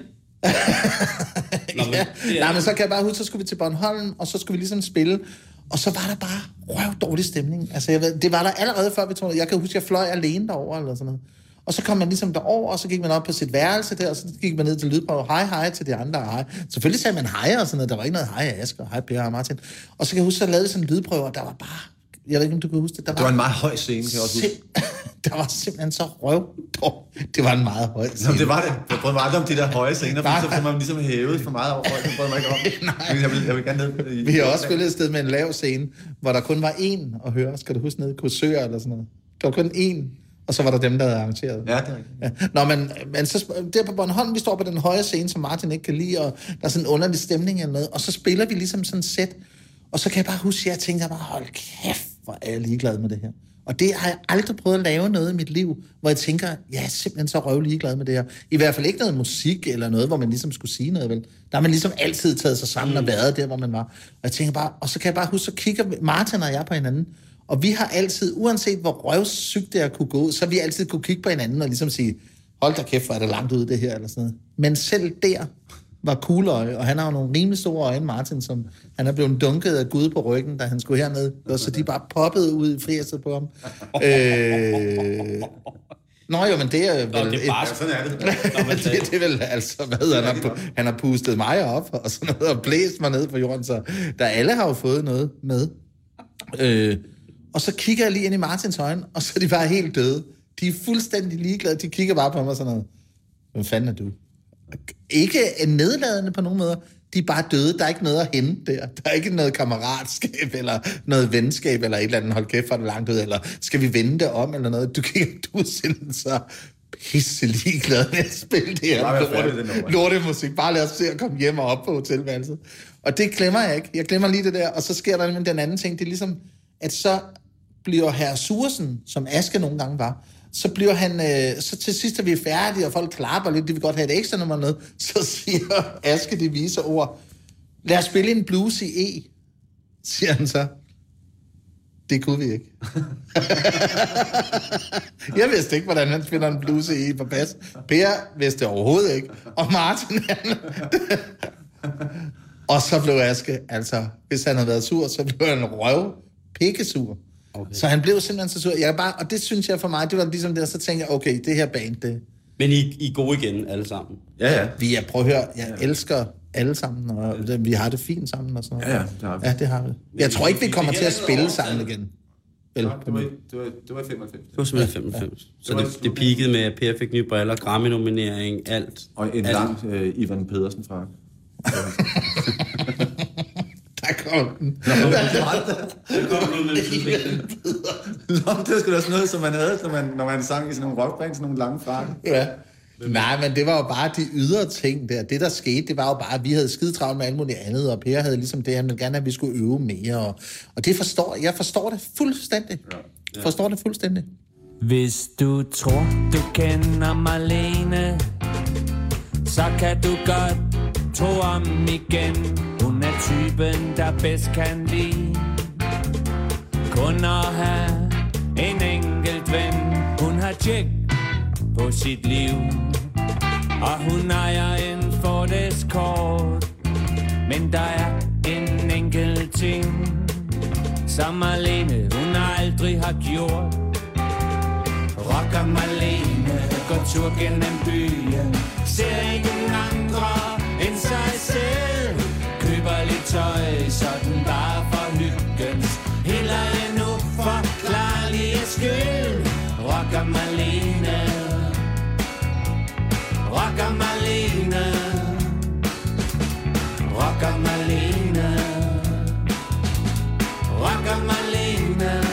Nej, men så kan jeg bare huske, så skulle vi til Bornholm, og så skulle vi ligesom spille, og så var der bare dårlig stemning. Altså, det var der allerede før vi tog. Jeg kan huske, jeg fløj alene derover eller sådan noget. Og så kom man ligesom derover, og så gik man op på sit værelse der, og så gik man ned til lydprøve, hej til de andre, hej. Selvfølgelig sagde man hej og sådan noget, der var ikke noget hej Asger, hej Per og Martin. Og så kan jeg huske, så lavede sådan en lydprøve, og der var bare, jeg ved ikke, om du kan huske det. Det var en meget høj scene, kan jeg også huske. Der var simpelthen så det var en meget høj scene. Jamen, det var det. Jeg prøvede meget om de der høje scener, for så man ligesom hævet for meget over højt. Det prøvede mig ikke om. Jeg vil gerne ned. Vi har også spillet et sted med en lav scene, hvor der kun var én at høre. Skal du huske ned i Korsør eller sådan noget? Der var kun én, og så var der dem, der havde arrangeret. Ja, det er rigtigt. Ja. Nå, men så der på Bornholm, vi står på den høje scene, som Martin ikke kan lide, og der er sådan en underlig stemning eller noget, og så spiller vi ligesom sådan et sæt, og så kan jeg bare huske, jeg tænker bare, hold kæft, hvor er jeg ligeglad med det her. Og det har jeg aldrig prøvet at lave noget i mit liv, hvor jeg tænker, jeg er simpelthen så røvlig glad med det her. I hvert fald ikke noget musik eller noget, hvor man ligesom skulle sige noget, vel. Der har man ligesom altid taget sig sammen og været der, hvor man var. Og jeg tænker bare, og så kan jeg bare huske, så kigger Martin og jeg på hinanden, og vi har altid, uanset hvor røvsygt det kunne gå, så vi altid kunne kigge på hinanden og ligesom sige, hold da kæft, hvor er det langt ude det her, eller sådan noget. Men selv der var Kugløje, og han har jo nogle rimelig store øjne, Martin, som han er blevet dunket af Gud på ryggen, da han skulle herned, og så de bare poppede ud i fræset på ham. Nå jo, men det er vel... det er bare Sådan er det. det er vel altså, hvad hedder han har pustet mig op og sådan noget, og blæst mig ned på jorden, så der alle har jo fået noget med. Og så kigger jeg lige ind i Martins øjne, og så er de bare helt døde. De er fuldstændig ligeglade, de kigger bare på mig sådan noget. Hvad fanden er du? Ikke nedladende på nogen måder. De er bare døde. Der er ikke noget at hente der. Der er ikke noget kammeratskab, eller noget venskab, eller et eller andet, hold kæft, for det langt ud, eller skal vi vende det om, eller noget. Du er simpelthen så pisse ligeglad med at spille det her lortemusik. Bare lad os se at komme hjem og op på hotelværelset. Og det glemmer jeg ikke. Jeg glemmer lige det der, og så sker der den anden ting. Det er ligesom, at så bliver herr Sursen, som Aske nogle gange var, så bliver han, så til sidst er vi færdige, og folk klapper lidt, de vil godt have et ekstra nummer noget, så siger Aske de vise ord, lad os spille en blues i E, siger han så. Det kunne vi ikke. Jeg vidste ikke, hvordan han spiller en blues i E på bas. Per vidste det overhovedet ikke, og Martin han... Og så blev Aske, altså, hvis han havde været sur, så blev han pikkesur. Okay. Så han blev simpelthen så sur. Og det synes jeg for mig, det var ligesom det, så tænkte jeg, okay, det her band, det... Men I er gode igen, alle sammen? Ja. Prøv at høre, jeg elsker alle sammen, og vi har det fint sammen og sådan noget. Ja, det har vi. Ja, det har vi. Jeg tror ikke, vi kommer til at spille sammen igen. Vel, det var 95. Det var simpelthen 95. Så det peakede med, at Per fik nye briller, Grammy-nominering, alt. Og en lang Ivan Pedersen fra... Der kom den. Det var sgu da også noget, som man havde, når man sang i sådan nogle rockband, sådan nogle lange frakker. Ja. Nej, men det var jo bare de ydre ting der. Det, der skete, det var jo bare, at vi havde skide travlt med alt muligt andet, og Per havde ligesom det, han ville gerne have, at vi skulle øve mere. Og det jeg forstår det fuldstændig. Ja. Forstår det fuldstændig. Hvis du tror, du kender Marlene, så kan du godt tro om igen. Hun er typen, der bedst kan lide kun at have en enkelt ven. Hun har tjek på sit liv, og hun ejer en Ford Escort. Men der er en enkelt ting, som Marlene hun aldrig har gjort. Rocker Marlene, går tur gennem byen, ser ingen andre end sig selv. Køber lidt tøj, sådan bare for hyggens heller en uforklarlige skyld. Rocker Marlene, rocker Marlene, rocker Marlene, rocker Marlene.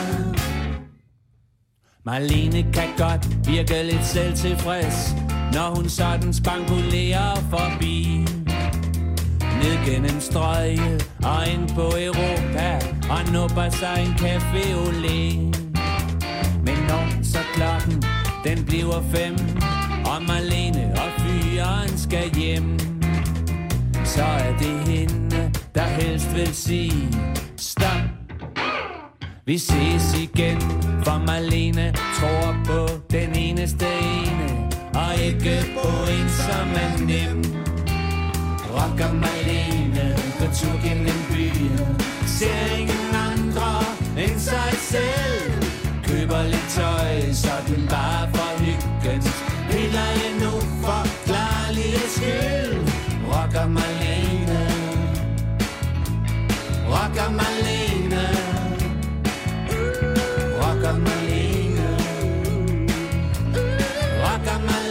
Marlene kan godt virke lidt selvtilfreds, når hun sådan spankulerer forbi. Ned gennem Strøget og ind på Europa, og nupper sig en café au lait. Men når så klokken den bliver 5, og Marlene og fyren skal hjem, så er det hende, der helst vil sige stop. Vi ses igen, for Marlene tror på den eneste ene, og ikke på en, som er nem. Rocker Marlene, går tur gennem byen, ser ingen andre end sig selv. Køber lidt tøj, sådan bare for hyggens heller en uforklarlige skyld. Rocker Marlene, rocker Marlene, rocker Marlene, rocker Marlene.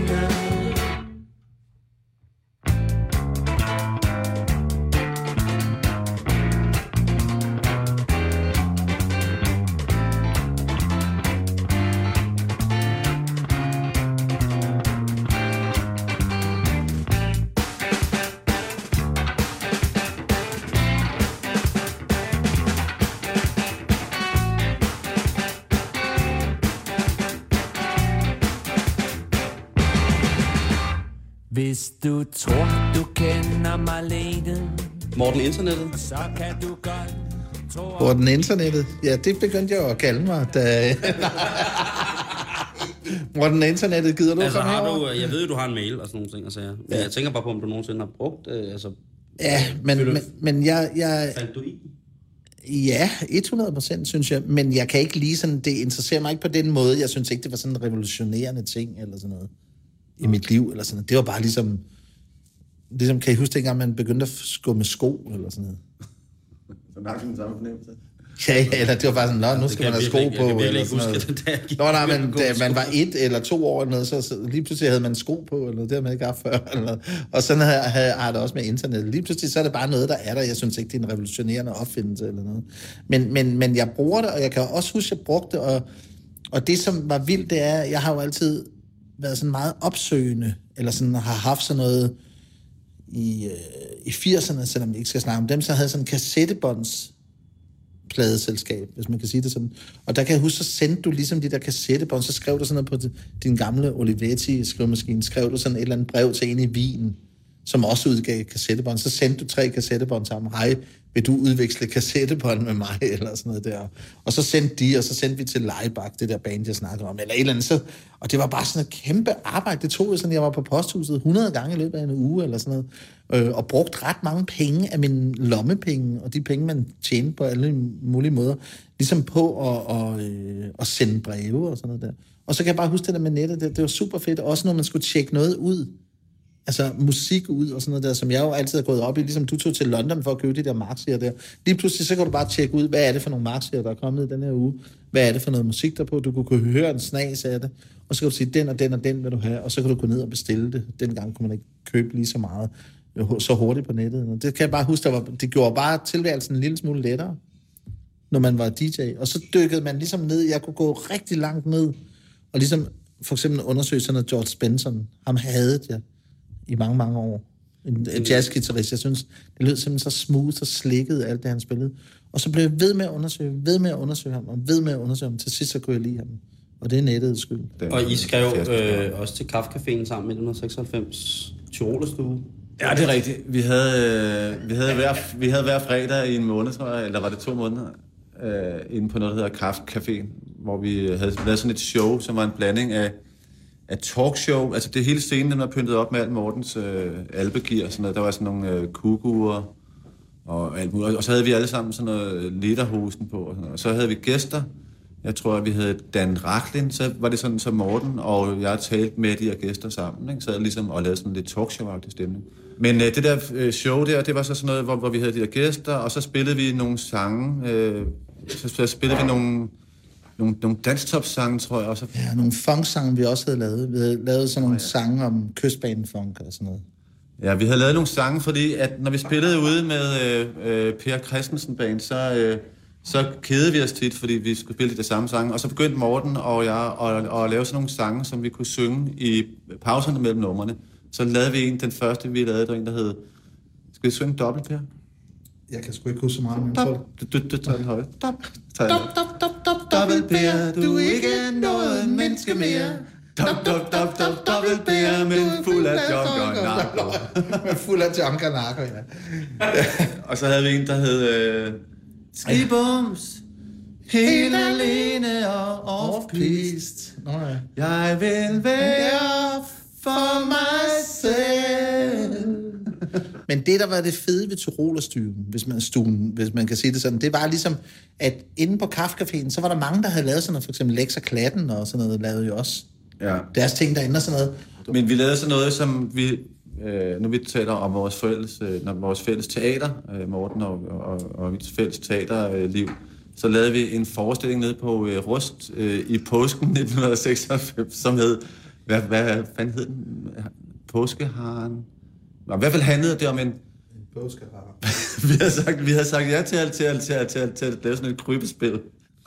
Hvis du tror, du kender Marlene, Morten Internettet. så kan du godt tro... Morten Internettet? Ja, det begyndte jeg at kalde mig, da... Morten Internettet, gider du Altså komme har herover? du, jeg ved jo, du har en mail og sådan nogle ting, altså, men jeg tænker bare på, om du nogensinde har brugt, altså... Ja, men jeg... Faldt du i? Ja, 100% synes jeg, men jeg kan ikke lige sådan, det interesserer mig ikke på den måde. Jeg synes ikke, det var sådan en revolutionerende ting eller sådan noget i mit liv eller sådan noget. Det var bare ligesom kan I huske dengang, man begyndte at skumme sko eller sådan noget? Så nok den samme fornemmelse. Ja, eller det var bare sådan, nu skal man have sko på, eller sådan noget. Men da man var 1 eller 2 år eller noget, så lige pludselig havde man sko på, eller noget, det havde man ikke haft før, eller noget. Og sådan har det også med internet. Lige pludselig så er det bare noget, der er der. Jeg synes ikke, det er en revolutionerende opfindelse eller noget. Men jeg bruger det, og jeg kan også huske, at jeg brugte det, og det, som var vildt, det er, jeg har jo altid været sådan meget opsøgende, eller sådan har haft sådan noget i 80'erne, selvom vi ikke skal snakke om dem, så havde sådan en kassettebånds pladeselskab, hvis man kan sige det sådan. Og der kan jeg huske, så sendte du ligesom de der kassettebånd, så skrev du sådan noget på din gamle Olivetti-skrivemaskine, skrev du sådan et eller andet brev til en i Wien, som også udgav kassettebånd. Så sendte du 3 kassettebånd sammen. Hej, vil du udveksle kassettebånd med mig? Eller sådan noget der. Og så sendte de, og så sendte vi til Leibach, det der band, jeg snakkede om, eller et eller andet. Så, og det var bare sådan et kæmpe arbejde. Det tog jo sådan, jeg var på posthuset 100 gange i løbet af en uge, eller sådan noget. Og brugt ret mange penge af mine lommepenge, og de penge, man tjente på alle mulige måder, ligesom på at sende breve og sådan noget der. Og så kan jeg bare huske det der med nettet, det var super fedt. Også når man skulle tjekke noget ud, altså musik ud og sådan noget der, som jeg jo altid har gået op i, ligesom du tog til London for at købe de der marksider der. Lige pludselig så kan du bare tjekke ud, hvad er det for nogle marksider, der er kommet i den her uge? Hvad er det for noget musik der på? Du kunne høre en snas af det, og så kan du sige, den og den og den vil du have, og så kan du gå ned og bestille det. Dengang kunne man ikke købe lige så meget så hurtigt på nettet. Det kan jeg bare huske, det gjorde bare tilværelsen en lille smule lettere, når man var DJ. Og så dykkede man ligesom ned, jeg kunne gå rigtig langt ned, og ligesom for eksempel undersøge sådan noget George Benson. Ham havde jeg i mange, mange år. En jazzgitarrist. Jeg synes, det lød simpelthen så smooth, så slikket alt det, han spillede. Og så blev jeg ved med at undersøge ham, og ved med at undersøge ham. Til sidst så kunne jeg lide ham. Og det er nettets skyld. Og I skrev også til Kaffecaféen sammen i 1996, Tyrolerstue. Ja, det er rigtigt. Vi havde hver fredag i en måned, tror jeg, eller var det 2 måneder, inde på noget, der hedder Kaffecaféen, hvor vi havde lavet sådan et show, som var en blanding af talkshow. Altså det hele scenen, den var pyntet op med alt Mortens albegear og sådan noget. Der var sådan nogle kuguer og alt muligt. Og så havde vi alle sammen sådan noget lederhosen på. Og sådan noget. Og så havde vi gæster. Jeg tror, vi havde Dan Rachlin. Så var det sådan, så Morten og jeg talte med de her gæster sammen. Ikke? Så ligesom og lavede sådan lidt talkshow-agtig stemning. Men det der show der, det var så sådan noget, hvor vi havde de der gæster, og så spillede vi nogle sange. Så spillede vi nogle danstop-sange, tror jeg også. Ja, nogle funk-sange, vi også havde lavet. Vi havde lavet sådan nogle sange om kystbanefunk og sådan noget. Ja, vi havde lavet nogle sange, fordi at når vi spillede ude med Per Christensen Band, så kedede vi os tit, fordi vi skulle spille de samme sange. Og så begyndte Morten og jeg at lave sådan nogle sange, som vi kunne synge i pauserne mellem numrene. Så lavede vi den første, vi lavede, der en, der hed... Skal vi synge dobbelt, Per? Jeg kan sgu ikke huske så meget, men jeg tror det. Du tager den højt. Dobbelt Per, du er ikke noget menneske mere. Dobbelt Per, men fuld af junk og narko. Med fuld af junk og narko, ja. Og så havde vi en, der hed... Skibums, helt alene og off-piste. Jeg vil være for mig selv. Men det, der var det fede ved Tyrolerstuen, hvis man kan sige det sådan, det var ligesom, at inde på Kaffecaféen, så var der mange, der havde lavet sådan noget, for eksempel Lex og Klatten og sådan noget, lavede jo også deres ting derinde og sådan noget. Men vi lavede sådan noget, som vi... nu vi taler om vores fælles teater, Morten og mit fælles teaterliv, så lavede vi en forestilling nede på Rust i påsken 1996, som hed, hvad fanden hed den? Påskeharen? Nå, i hvert fald handlede det om en påskeharen. vi havde sagt ja til at lave sådan et krybespil.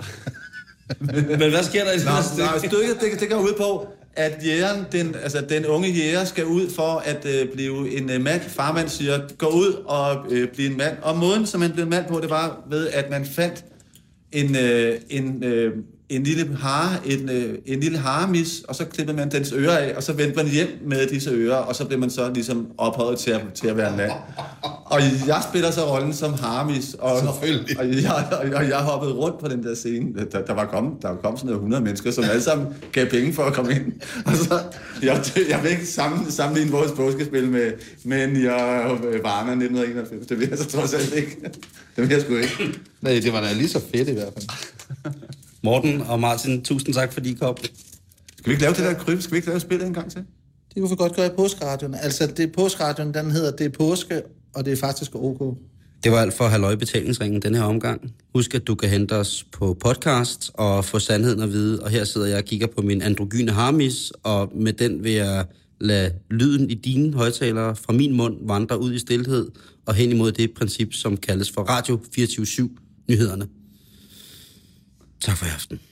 Men hvad sker der i stykket? Det går ud på, at jægeren, den unge jæger skal ud for at blive en mand. Farmand siger, gå ud og blive en mand. Og måden, som han blev en mand på, det var ved, at man fandt en lille haremis, og så klippede man dens ører af, og så vendte man hjem med disse ører, og så blev man så ligesom ophøjet til at være en mand. Og jeg spiller så rollen som haremis, og jeg hoppede rundt på den der scene. Der var kommet sådan 100 mennesker, som alle sammen gav penge for at komme ind. Og så, jeg vil ikke sammenligne vores påskespil med Nia Varna 1991. Det vil jeg så trods alt ikke. Det vil jeg sgu ikke. Nej, det var da lige så fedt i hvert fald. Morten og Martin, tusind tak, fordi I kom. Skal vi ikke lave det der kryb? Skal vi ikke lave spillet en gang til? Det kunne vi godt gøre i påskeradioen. Altså, det er påskeradioen, den hedder Det er påske, og det er faktisk OK. Det var alt for Halløj Betalingsringen den her omgang. Husk, at du kan hente os på podcast og få sandheden at vide. Og her sidder jeg og kigger på min androgyne harmis, og med den vil jeg lade lyden i dine højtalere fra min mund vandre ud i stilhed og hen imod det princip, som kaldes for Radio 24/7 nyhederne. Tak for i aften.